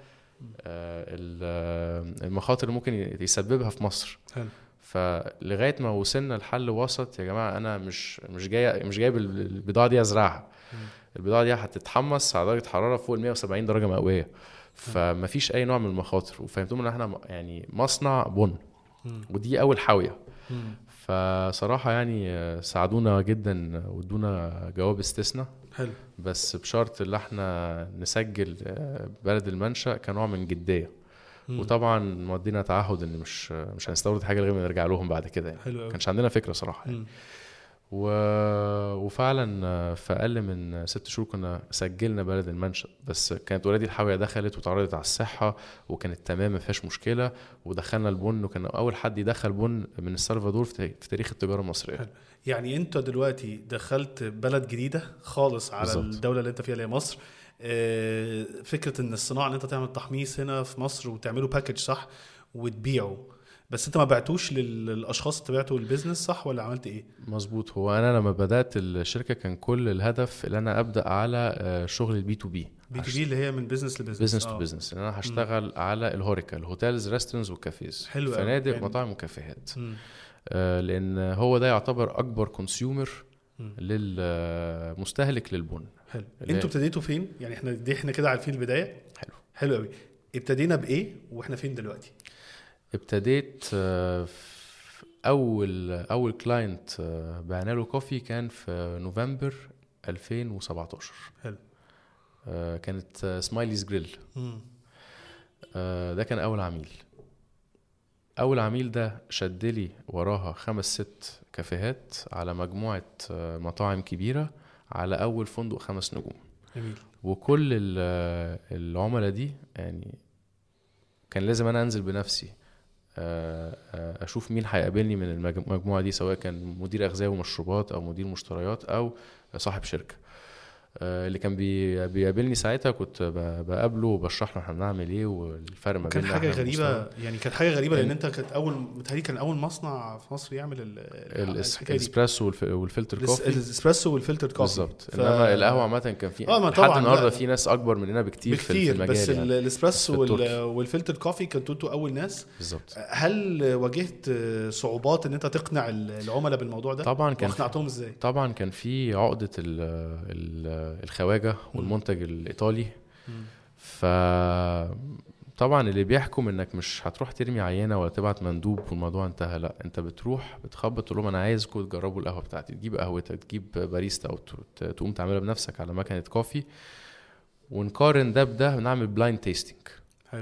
المخاطر اللي ممكن يسببها في مصر. فلغايه ما وصلنا لحل وسط. يا جماعه انا مش جايب البضاعه دي ازرعها، البضاعه دي هتتحمص على درجه حراره فوق 170 درجه مئويه، فما فيش اي نوع من المخاطر. وفهمتهم ان احنا يعني مصنع بن، ودي اول حاويه. فصراحه يعني ساعدونا جدا وادونا جواب استثناء. حلو. بس بشرط ان احنا نسجل بلد المنشأ كنوع من جديه. وطبعا مودينا تعهد ان مش هنستورد حاجه غير ما نرجع لهم بعد كده يعني. كانش عندنا فكره صراحه يعني. وفعلا في اقل من 6 شهور كنا سجلنا بلد المنشأ. بس كانت اوريدي الحاويه دخلت وتعرضت على الصحه وكانت تمام ما فيهاش مشكله، ودخلنا البن، وكان اول حد يدخل بن من السلفادور في تاريخ التجاره المصريه. حلو. يعني انت دلوقتي دخلت بلد جديده خالص على بالزبط. الدوله اللي انت فيها اللي هي مصر. فكره ان الصناعه ان انت تعمل تحميص هنا في مصر وتعمله باكج صح وتبيعه، بس انت ما بعتوش للاشخاص، انت بعته للبيزنس صح ولا عملت ايه؟ مظبوط. هو انا لما بدات الشركه كان كل الهدف ان انا ابدا على شغل البي تو بي. بي تو بي اللي هي من بيزنس لبيزنس، بزنس تو بزنس، ان انا هشتغل على الهوريكا، الهوتيلز ريستورانتس وكافيز، حلو أوي. فنادق يعني- مطاعم وكافيهات. مم. لان هو ده يعتبر اكبر كونسيومر مم. للمستهلك للبن. حلو. اللي انتوا ابتديتوا فين؟ يعني احنا كده عارفين البدايه. حلو. حلو قوي. ابتدينا بايه واحنا فين دلوقتي؟ ابتديت في اول كلاينت بعنا له كوفي كان في نوفمبر 2017. حلو. كانت سمايليز جريل. مم. ده كان اول عميل ده شدلي وراها 5-6 كافيهات على مجموعة مطاعم كبيرة على اول فندق 5 نجوم. جميل. وكل العملاء دي يعني كان لازم انا انزل بنفسي اشوف مين هيقابلني من المجموعة دي، سواء كان مدير اغذية ومشروبات او مدير مشتريات او صاحب شركة. اللي كان بيقابلني ساعتها كنت بقابله وبشرح له احنا بنعمل ايه والفرق ما كان بيننا. حاجه غريبه، يعني كانت حاجه غريبه لان انت كانت متهيألي كان اول مصنع في مصر يعمل الاسبريسو والفلتر كوفي. الاسبريسو والفلتر كوفي بالظبط. انما القهوه عامه كان في ما لحد النهارده في ناس اكبر مننا بكتير في المجال، بس يعني الاسبريسو والفلتر كوفي كنتوا اول ناس. بالظبط. هل واجهت صعوبات ان انت تقنع العملاء بالموضوع ده؟ طبعا كان اقنعتهم ازاي؟ طبعا كان في عقده الخواجه والمنتج الايطالي. ف طبعا اللي بيحكم انك مش هتروح ترمي عينه ولا تبعت مندوب والموضوع انتهى، لا انت بتروح بتخبط تقول لهم انا عايزكم تجربوا القهوه بتاعتي، تجيب قهوتك، تجيب باريستا او تقوم تعملها بنفسك على مكنه كوفي، ونقارن ده بده ونعمل بلايند تيستينج. حلو.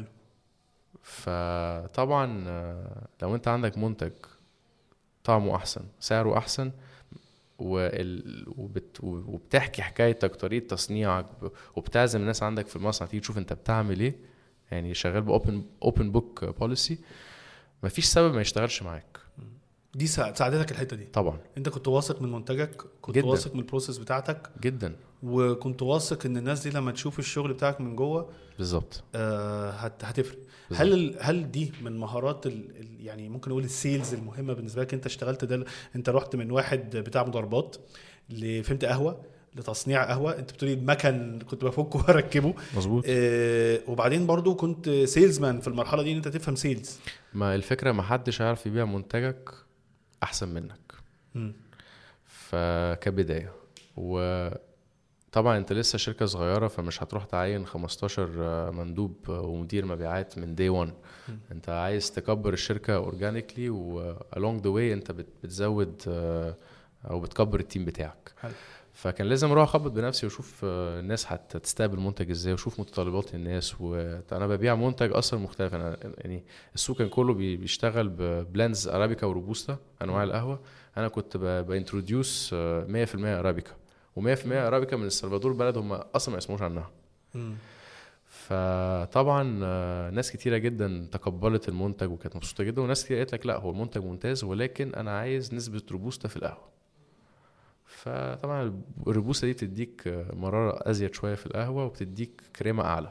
فطبعا لو انت عندك منتج طعمه احسن سعره احسن وبتحكي حكايتك طريقه تصنيعك وبتعزم الناس عندك في المصنع تيجي تشوف انت بتعمل ايه، يعني شغال باوبن بوك بوليسي، مفيش سبب ما يشتغلش معاك. دي ساعدتك الحته دي طبعا. انت كنت واثق من منتجك، كنت جداً. واثق من البروسيس بتاعتك جدا، وكنت واثق ان الناس دي لما تشوف الشغل بتاعك من جوه بالظبط هتفرق. هل دي من مهارات يعني ممكن نقول السيلز المهمه بالنسبه لك؟ انت اشتغلت ده، انت رحت من واحد بتاع مضاربات لفهمت قهوه لتصنيع قهوه، انت بتقولي المكن كنت بفكه واركبه. مظبوط. وبعدين برضو كنت سيلزمان في المرحله دي ان انت تفهم سيلز. ما الفكره ما حدش عارف يبيع منتجك احسن منك. فكبدايه، وطبعا انت لسه شركه صغيره فمش هتروح تعين 15 مندوب ومدير مبيعات من day one. انت عايز تكبر الشركه اورجانيكلي along the way انت بتزود او بتكبر التيم بتاعك. حلو. فكان لازم اروح اخبط بنفسي واشوف الناس هتستقبل منتج ازاي واشوف متطلبات الناس. وانا ببيع منتج اصلا مختلف. انا يعني السوق كان كله بيشتغل ببلندز ارابيكا وروبوستا انواع القهوه، انا كنت بانتروديوس 100% ارابيكا و100% ارابيكا من السلفادور، بلد هم اصلا ما يسمعوش عنها. فطبعا ناس كتيره جدا تقبلت المنتج وكانت مبسوطه جدا، وناس كتير قالت لك لا هو المنتج ممتاز ولكن انا عايز نسبه روبوستا في القهوه. فطبعا الروبوستا دي بتديك مرارة أزيد شوية في القهوة وبتديك كريمة أعلى.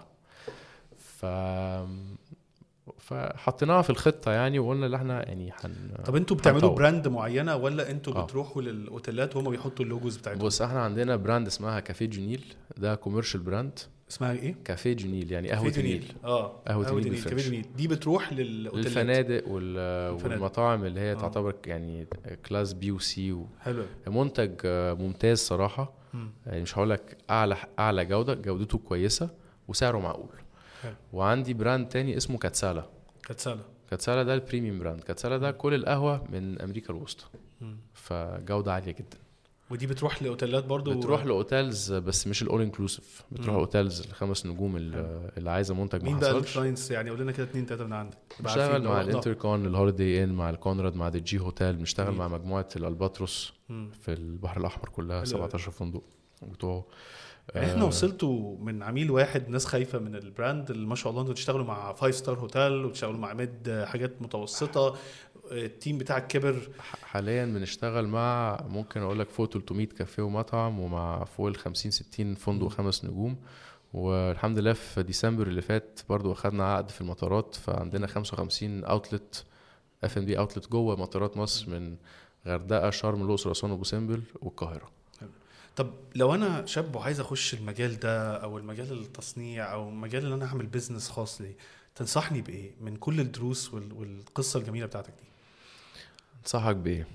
فحطيناها في الخطة يعني، وقلنا اللي احنا يعني طب انتوا بتعملوا براند معينة ولا انتوا بتروحوا للأوتيلات وهم بيحطوا اللوجوز بتاعتهم؟ بص احنا عندنا براند اسمها كافيه جونيل، ده كوميرشال براند. اسمها ايه؟ كافيه جونيل، يعني قهوة النيل. قهوة النيل. كافيه جونيل دي بتروح للأوتيلات، للفنادق والمطاعم اللي هي تعتبر يعني كلاس بي وسي حلو. منتج ممتاز صراحة. يعني مش هقولك اعلى جودته كويسة وسعره معقول. حلو. وعندي براند تاني اسمه كاتسالا. كاتسالا ده البريميوم براند. كاتسالا ده كل القهوة من امريكا الوسطى، فجودة عالية جدا. ودي بتروح لاوتيلات برضو؟ بتروح لاوتيلز بس مش الاول انكلوسيف، بتروح اوتيلز ال5 نجوم اللي عايزه منتج ما حصلش. مين بقى الكلاينتس يعني؟ قول لنا كده 2-3 من عندك. بشتغل مع الانتركون، الهوليداي ان، مع الكونراد، مع الجي هوتيل. بنشتغل مع مجموعه الالباتروس في البحر الاحمر كلها، 17 فندق بتوعه. احنا وصلتوا من عميل واحد ناس خايفه من البراند، ما شاء الله انتوا تشتغلوا مع 5 ستار هوتيل وتشتغلوا مع ميد حاجات متوسطه. التيم بتاعك كبر. حاليا بنشتغل مع ممكن اقول لك فوق 300 كافيه ومطعم، ومع فوق ال 50-60 فندق 5 نجوم. والحمد لله في ديسمبر اللي فات برضو اخدنا عقد في المطارات، فعندنا 55 اوتلت F&B اوتلت جوه مطارات مصر من غردقه شرم الاقصر اسوان ابو سمبل والقاهره. طب لو انا شاب وعايز اخش المجال ده او المجال التصنيع او المجال اللي انا اعمل بيزنس خاص لي، تنصحني بايه من كل الدروس والقصه الجميله بتاعتك دي؟ انصحك بايه؟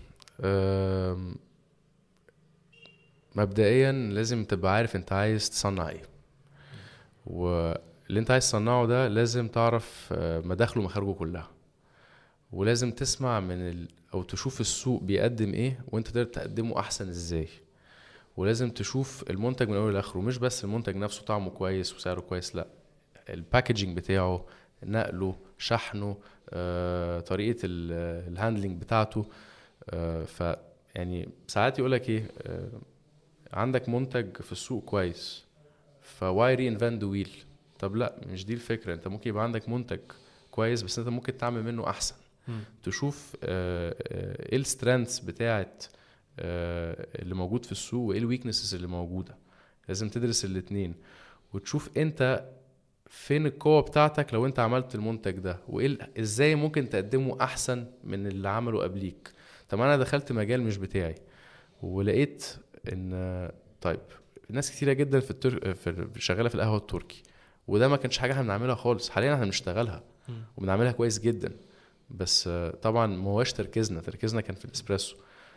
مبدئيا لازم تبقى عارف انت عايز تصنع ايه، واللي انت عايز تصنعه ده لازم تعرف مداخله ومخارجه كلها، ولازم تسمع او تشوف السوق بيقدم ايه وانت تقدر تقدمه احسن ازاي، ولازم تشوف المنتج من اول لاخره، مش بس المنتج نفسه طعمه كويس وسعره كويس، لا الباكجينج بتاعه، نقله، شحنه، طريقه الهاندلنج بتاعته. ف يعني ساعات يقولك ايه، عندك منتج في السوق كويس فواي ري انفنت ويل. طب لا، مش دي الفكره. انت ممكن يبقى عندك منتج كويس بس انت ممكن تعمل منه احسن. تشوف ايه السترينثs بتاعت اللي موجود في السوق وايه الويكنسز اللي موجوده. لازم تدرس الاتنين وتشوف انت فين القوه بتاعتك لو انت عملت المنتج ده، وايه ازاي ممكن تقدمه احسن من اللي عمله قبليك. طب انا دخلت مجال مش بتاعي ولقيت ان طيب ناس كتيره جدا في شغاله في القهوه التركي، وده ما كانش حاجه احنا بنعملها خالص. حاليا احنا بنشتغلها وبنعملها كويس جدا، بس طبعا ما هوش تركيزنا كان في الاسبريسو.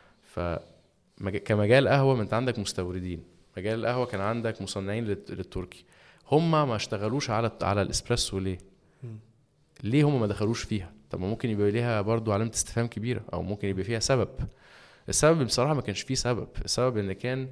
كمجال قهوه انت عندك مستوردين، مجال القهوه كان عندك مصنعين للتركي، هم ما اشتغلوش على الاسبريسو. ليه هم ما دخلوش فيها؟ طب ممكن يبقى ليها برضو علامه استفهام كبيره، او ممكن يبقى فيها سبب. السبب بصراحه ما كانش فيه سبب. السبب ان كان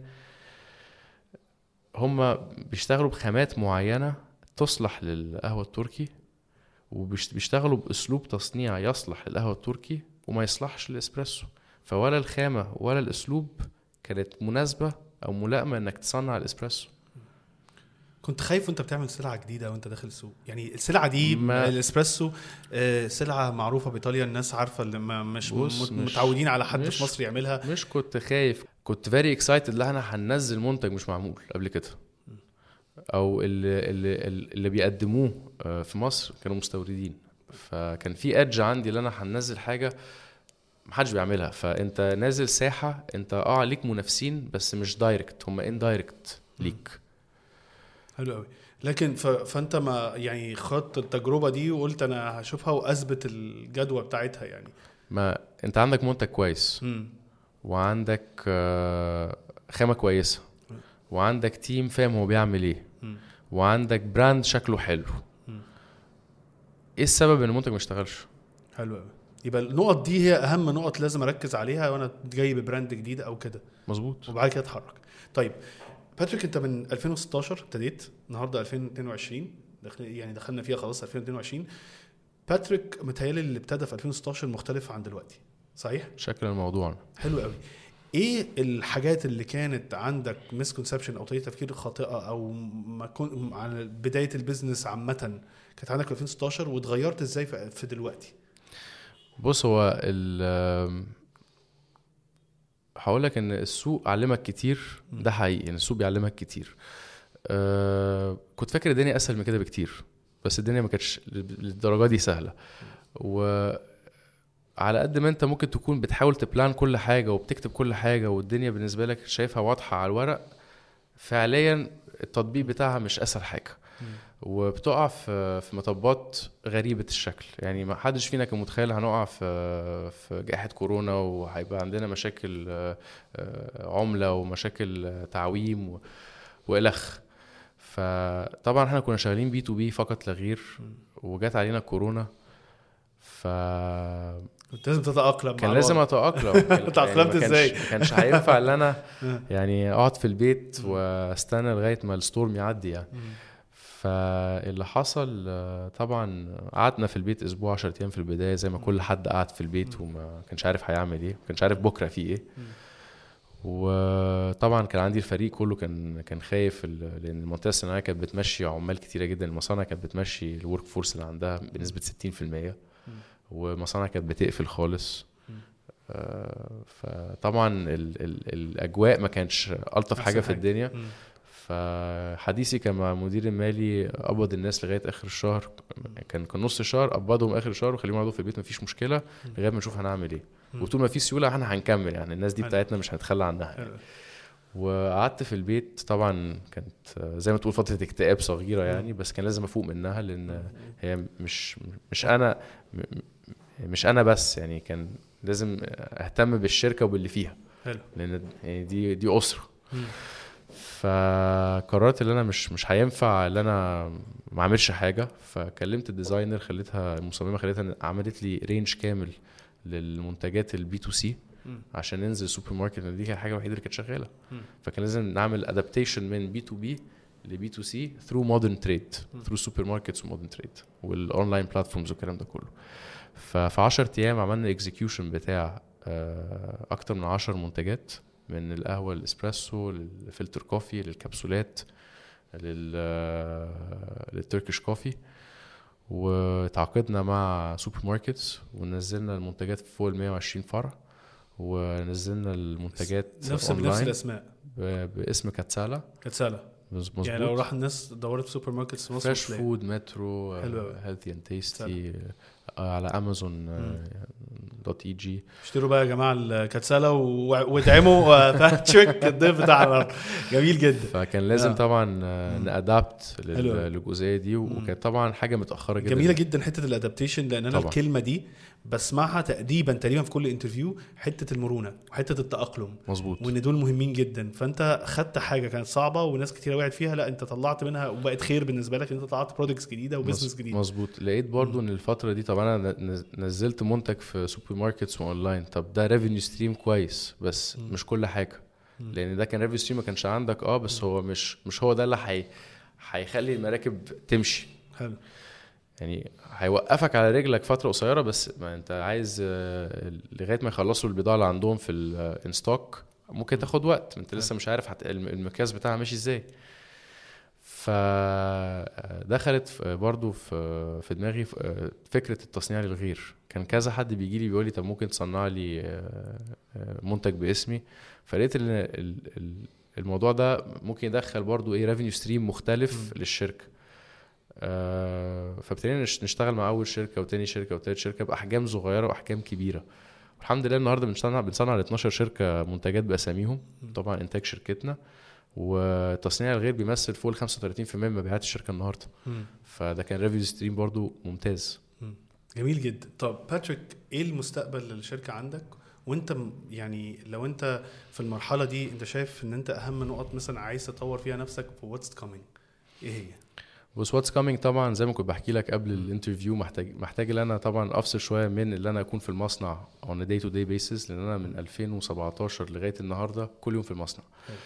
هم بيشتغلوا بخامات معينه تصلح للقهوه التركي، وبيشتغلوا باسلوب تصنيع يصلح للقهوه التركي وما يصلحش للاسبريسو. فولا الخامه ولا الاسلوب كانت مناسبه او ملائمه انك تصنع الاسبريسو. كنت خايف وانت بتعمل سلعه جديده وانت داخل السوق؟ يعني السلعه دي الاسبريسو سلعه معروفه بايطاليا، الناس عارفه اللي مش متعودين على حد في مصر يعملها. مش كنت خايف، كنت فيري اكسايتد ان احنا هننزل منتج مش معمول قبل كده، او اللي بيقدموه في مصر كانوا مستوردين. فكان في ادج عندي ان انا هننزل حاجه محدش بيعملها. فانت نازل ساحه انت ليك منافسين بس مش دايركت، هم اندايركت ليك. حلو قوي. لكن فانت ما يعني خدت التجربه دي وقلت انا هشوفها واثبت الجدوى بتاعتها؟ يعني ما انت عندك منتج كويس وعندك خامه كويسه وعندك تيم فاهم هو بيعمل ايه وعندك براند شكله حلو، ايه السبب ان المنتج ما اشتغلش؟ حلو قوي. يبقى النقط دي هي اهم نقط لازم اركز عليها وانا جاي ببراند جديد او كده. مظبوط. وبعد كده اتحرك. طيب باتريك، انت من 2016 ابتديت، النهارده 2022 يعني دخلنا فيها خلاص 2022. باتريك متهيألي اللي ابتدى في 2016 مختلف عن دلوقتي، صحيح؟ شكل الموضوع حلو قوي. ايه الحاجات اللي كانت عندك مسكونسبشن او طريقه تفكير خاطئه او ما كنت عن بدايه البيزنس عامه كانت عندك في 2016 واتغيرت ازاي في دلوقتي؟ بص، هو هقول لك ان السوق علمك كتير، ده حقيقي ان السوق بيعلمك كتير. كنت فاكر الدنيا اسهل من كده بكتير، بس الدنيا ما كانتش للدرجه دي سهله. وعلى قد ما انت ممكن تكون بتحاول تبلان كل حاجه وبتكتب كل حاجه والدنيا بالنسبه لك شايفها واضحه على الورق، فعليا التطبيق بتاعها مش اسهل حاجه، وبتقع في مطبات غريبه الشكل. يعني ما حدش فينا كان متخيل هنقع في جائحه كورونا وهيبقى عندنا مشاكل عمله ومشاكل تعويم والخ. فطبعا احنا كنا شغالين بي تو بي فقط لا غير، وجات علينا كورونا، كنت لازم تتأقلم. كان لازم اتأقلم. تأقلمت ازاي؟ ما كانش هينفع ان انا يعني اقعد في البيت واستنى لغايه ما الستورم يعدي يعني. فاللي حصل طبعا قعدنا في البيت اسبوع 10 ايام في البدايه زي ما كل حد قعد في البيت وما كانش عارف هيعمل ايه، ما كانش عارف بكره فيه ايه. وطبعا كان عندي الفريق كله كان خايف، لان المنطقه الصناعيه كانت بتمشي عمال كتيره جدا، المصانع كانت بتمشي الورك فورس اللي عندها بنسبه 60%، ومصانع كانت بتقفل خالص. فطبعا الاجواء ما كانش الطف حاجه في الدنيا. فحديثي كان مع المدير المالي قبض الناس لغايه اخر الشهر، كان نص الشهر قبضهم اخر الشهر وخليهم يقعدوا في البيت مفيش مشكله لغايه ما نشوف هنعمل ايه، وطول ما في سيوله احنا هنكمل يعني الناس دي بتاعتنا مش هنتخلى عنها يعني. وقعدت في البيت طبعا، كانت زي ما تقول فتره اكتئاب صغيره يعني، بس كان لازم افوق منها لان هي مش انا بس يعني، كان لازم اهتم بالشركه وباللي فيها لان يعني دي اسره. فقررت ان انا مش هينفع ان انا ما اعملش حاجه، فكلمت الديزاينر خليتها المصممه خليتها عملت لي رينج كامل للمنتجات البي تو سي عشان ننزل سوبر ماركت، دي كانت الحاجه الوحيده اللي كانت شغاله. فكان لازم نعمل ادابتيشن من بي تو بي لبي تو سي ثرو مودرن تريد، ثرو سوبر ماركتس ومودرن تريد والاونلاين بلاتفورمز والكلام ده كله. ففي 10 ايام عملنا اكزيكيوشن بتاع اكتر من 10 منتجات، من القهوه الاسبريسو للفلتر كوفي للكبسولات للتركيش كوفي. وتعاقدنا مع سوبر ماركتس ونزلنا المنتجات فوق ال 120 فرع، ونزلنا المنتجات نفس الاسماء باسم كاتسالا. مزبوط. يعني لو راح الناس دورت في سوبر ماركتس في مصر فريش فود، مترو، هيلثي اند تيستي، على امازون .eg. اشتروا بقى يا جماعه الكاتسالا وادعموا باتريك الضيف بتاعنا. جميل جدا. فكان لازم طبعا نادابت للجزئيه دي، وكانت طبعا حاجه متاخره جدا. جميله جدا حته الادابتيشن، لان انا طبعا الكلمه دي بسمعها تقريبا في كل انترفيو، حته المرونه وحته التاقلم. مظبوط. وان دول مهمين جدا. فانت خدت حاجه كانت صعبه وناس كتير وقعت فيها، لا انت طلعت منها وبقت خير بالنسبه لك، انت طلعت برودكتس جديده وبزنس جديد. مظبوط. لقيت برضو ان الفتره دي طبعا انا نزلت منتج في سوبر ماركتس واونلاين، طب ده ريفينيو ستريم كويس بس مش كل حاجه، لان ده كان ريفينيو ستريم ما كانش عندك بس هو مش هو ده اللي هيخلي المراكب تمشي. حلو. يعني هيوقفك على رجلك فتره قصيره، بس ما انت عايز لغايه ما يخلصوا البضاعه اللي عندهم في الانستوك ممكن تاخد وقت، انت لسه مش عارف المقياس بتاعها ماشي ازاي. فدخلت برضو في دماغي فكره التصنيع للغير. كان كذا حد بيجي لي بيقول لي طب ممكن تصنع لي منتج باسمي، فلقيت ان الموضوع ده ممكن يدخل برضو ريفينيو ستريم مختلف للشركه. فابتدينا نشتغل مع اول شركه وتاني شركه وتالت شركه باحجام صغيره واحجام كبيره. الحمد لله النهارده بنصنع ل 12 شركه منتجات باساميهم، طبعا انتاج شركتنا، وتصنيع الغير بيمثل فوق 35% من مبيعات الشركه النهارده. فده كان ريفيو ستريم برضو ممتاز. جميل جدا. طب باتريك، ايه المستقبل للشركه عندك؟ وانت يعني لو انت في المرحله دي انت شايف ان انت اهم نقط مثلا عايز تطور فيها نفسك في واتس كامينج ايه هي؟ بس واتس كامينج طبعا زي ما كنت بحكي لك قبل الانترفيو، محتاج ان انا طبعا افصل شويه من اللي انا اكون في المصنع on a day to day basis، لان انا من 2017 لغايه النهارده كل يوم في المصنع.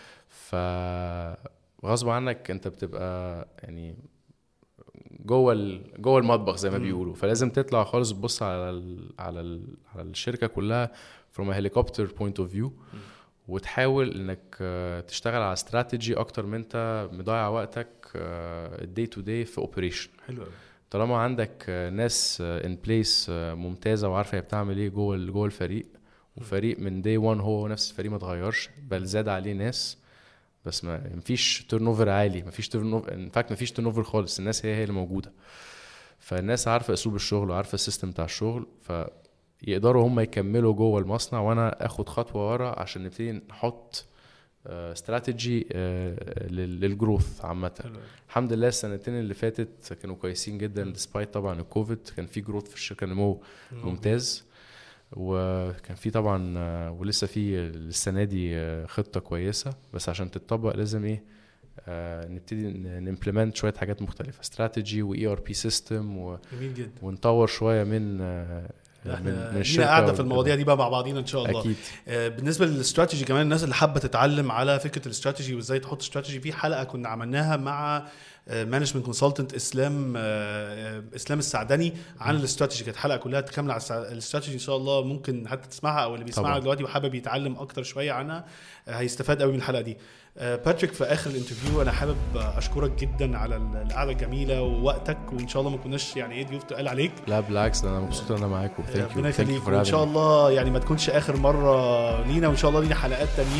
فغصب عنك انت بتبقى يعني جوه المطبخ زي ما بيقولوا، فلازم تطلع خالص تبص على الشركه كلها from a helicopter point of view، وتحاول انك تشتغل على استراتيجي اكتر من انت مضيع وقتك الدي تو دي في اوبريشن. حلو. طالما عندك ناس ان بليس ممتازه وعارفه هي بتعمل ايه جوه الفريق، وفريق من دي 1 هو نفس الفريق ما اتغيرش بل زاد عليه ناس، بس ما فيش تيرن اوفر عالي، ما فيش تيرن اوفر خالص، الناس هي اللي موجوده. فالناس عارفه اسلوب الشغل وعارفه السيستم بتاع الشغل، يقدروا هم يكملوا جوه المصنع وانا اخد خطوه ورا عشان نبتدي نحط استراتيجي للجروث عامه. الحمد لله السنتين اللي فاتت كانوا كويسين جدا ديسبايت طبعا الكوفيد، كان في جروث في الشركه نمو ممتاز، وكان في طبعا ولسه في السنه دي خطه كويسه، بس عشان تتطبق لازم نبتدي نimplement شويه حاجات مختلفه، استراتيجي واي ار بي سيستم، ونطور شويه من الشركه. قاعده في المواضيع دي بقى مع بعضينا ان شاء الله. أكيد. بالنسبه للاستراتيجي كمان، الناس اللي حابه تتعلم على فكره الاستراتيجي وازاي تحط استراتيجي، في حلقه كنا عملناها مع مانجمنت كونسلتنت اسلام السعدني عن الاستراتيجي، كانت حلقه كلها كامله على الاستراتيجي. ان شاء الله ممكن حتى تسمعها، او اللي بيسمعها دلوقتي وحابب يتعلم اكتر شويه عنها هيستفاد قوي من الحلقه دي. باتريك، في اخر الانترفيو انا حابب اشكرك جدا على القعده الجميله ووقتك، وان شاء الله ما كناش يعني ضيوف تقال عليك. لا بالعكس، انا مبسوط ان انا معاكم. ثانك يو. وان شاء الله يعني ما تكونش اخر مره لينا، وان شاء الله لينا حلقات تانيين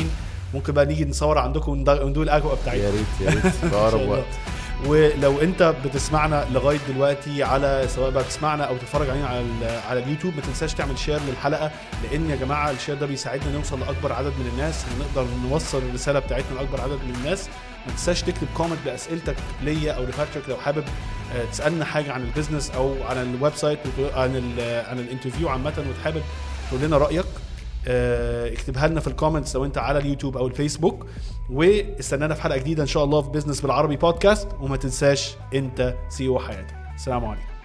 ممكن بقى نيجي نصور عندكم وندول القهوه بتاعتنا. يا ريت في اقرب وقت. ولو انت بتسمعنا لغايه دلوقتي على سواء بقى تسمعنا او تتفرج علينا على اليوتيوب، ما تنساش تعمل شير للحلقه، لان يا جماعه الشير ده بيساعدنا نوصل لاكبر عدد من الناس ونقدر نوصل الرساله بتاعتنا لاكبر عدد من الناس. ما تنساش تكتب كومنت باسئلتك ليا او لباتريك لو حابب تسالنا حاجه عن البيزنس او عن الويب سايت عن الانترفيو عامه وتحابب تقول لنا رايك. اكتبها لنا في الكومنتس لو انت على اليوتيوب او الفيسبوك. واستنانا في حلقه جديده ان شاء الله في بيزنس بالعربي بودكاست. وما تنساش انت CEO حياتك. السلام عليكم.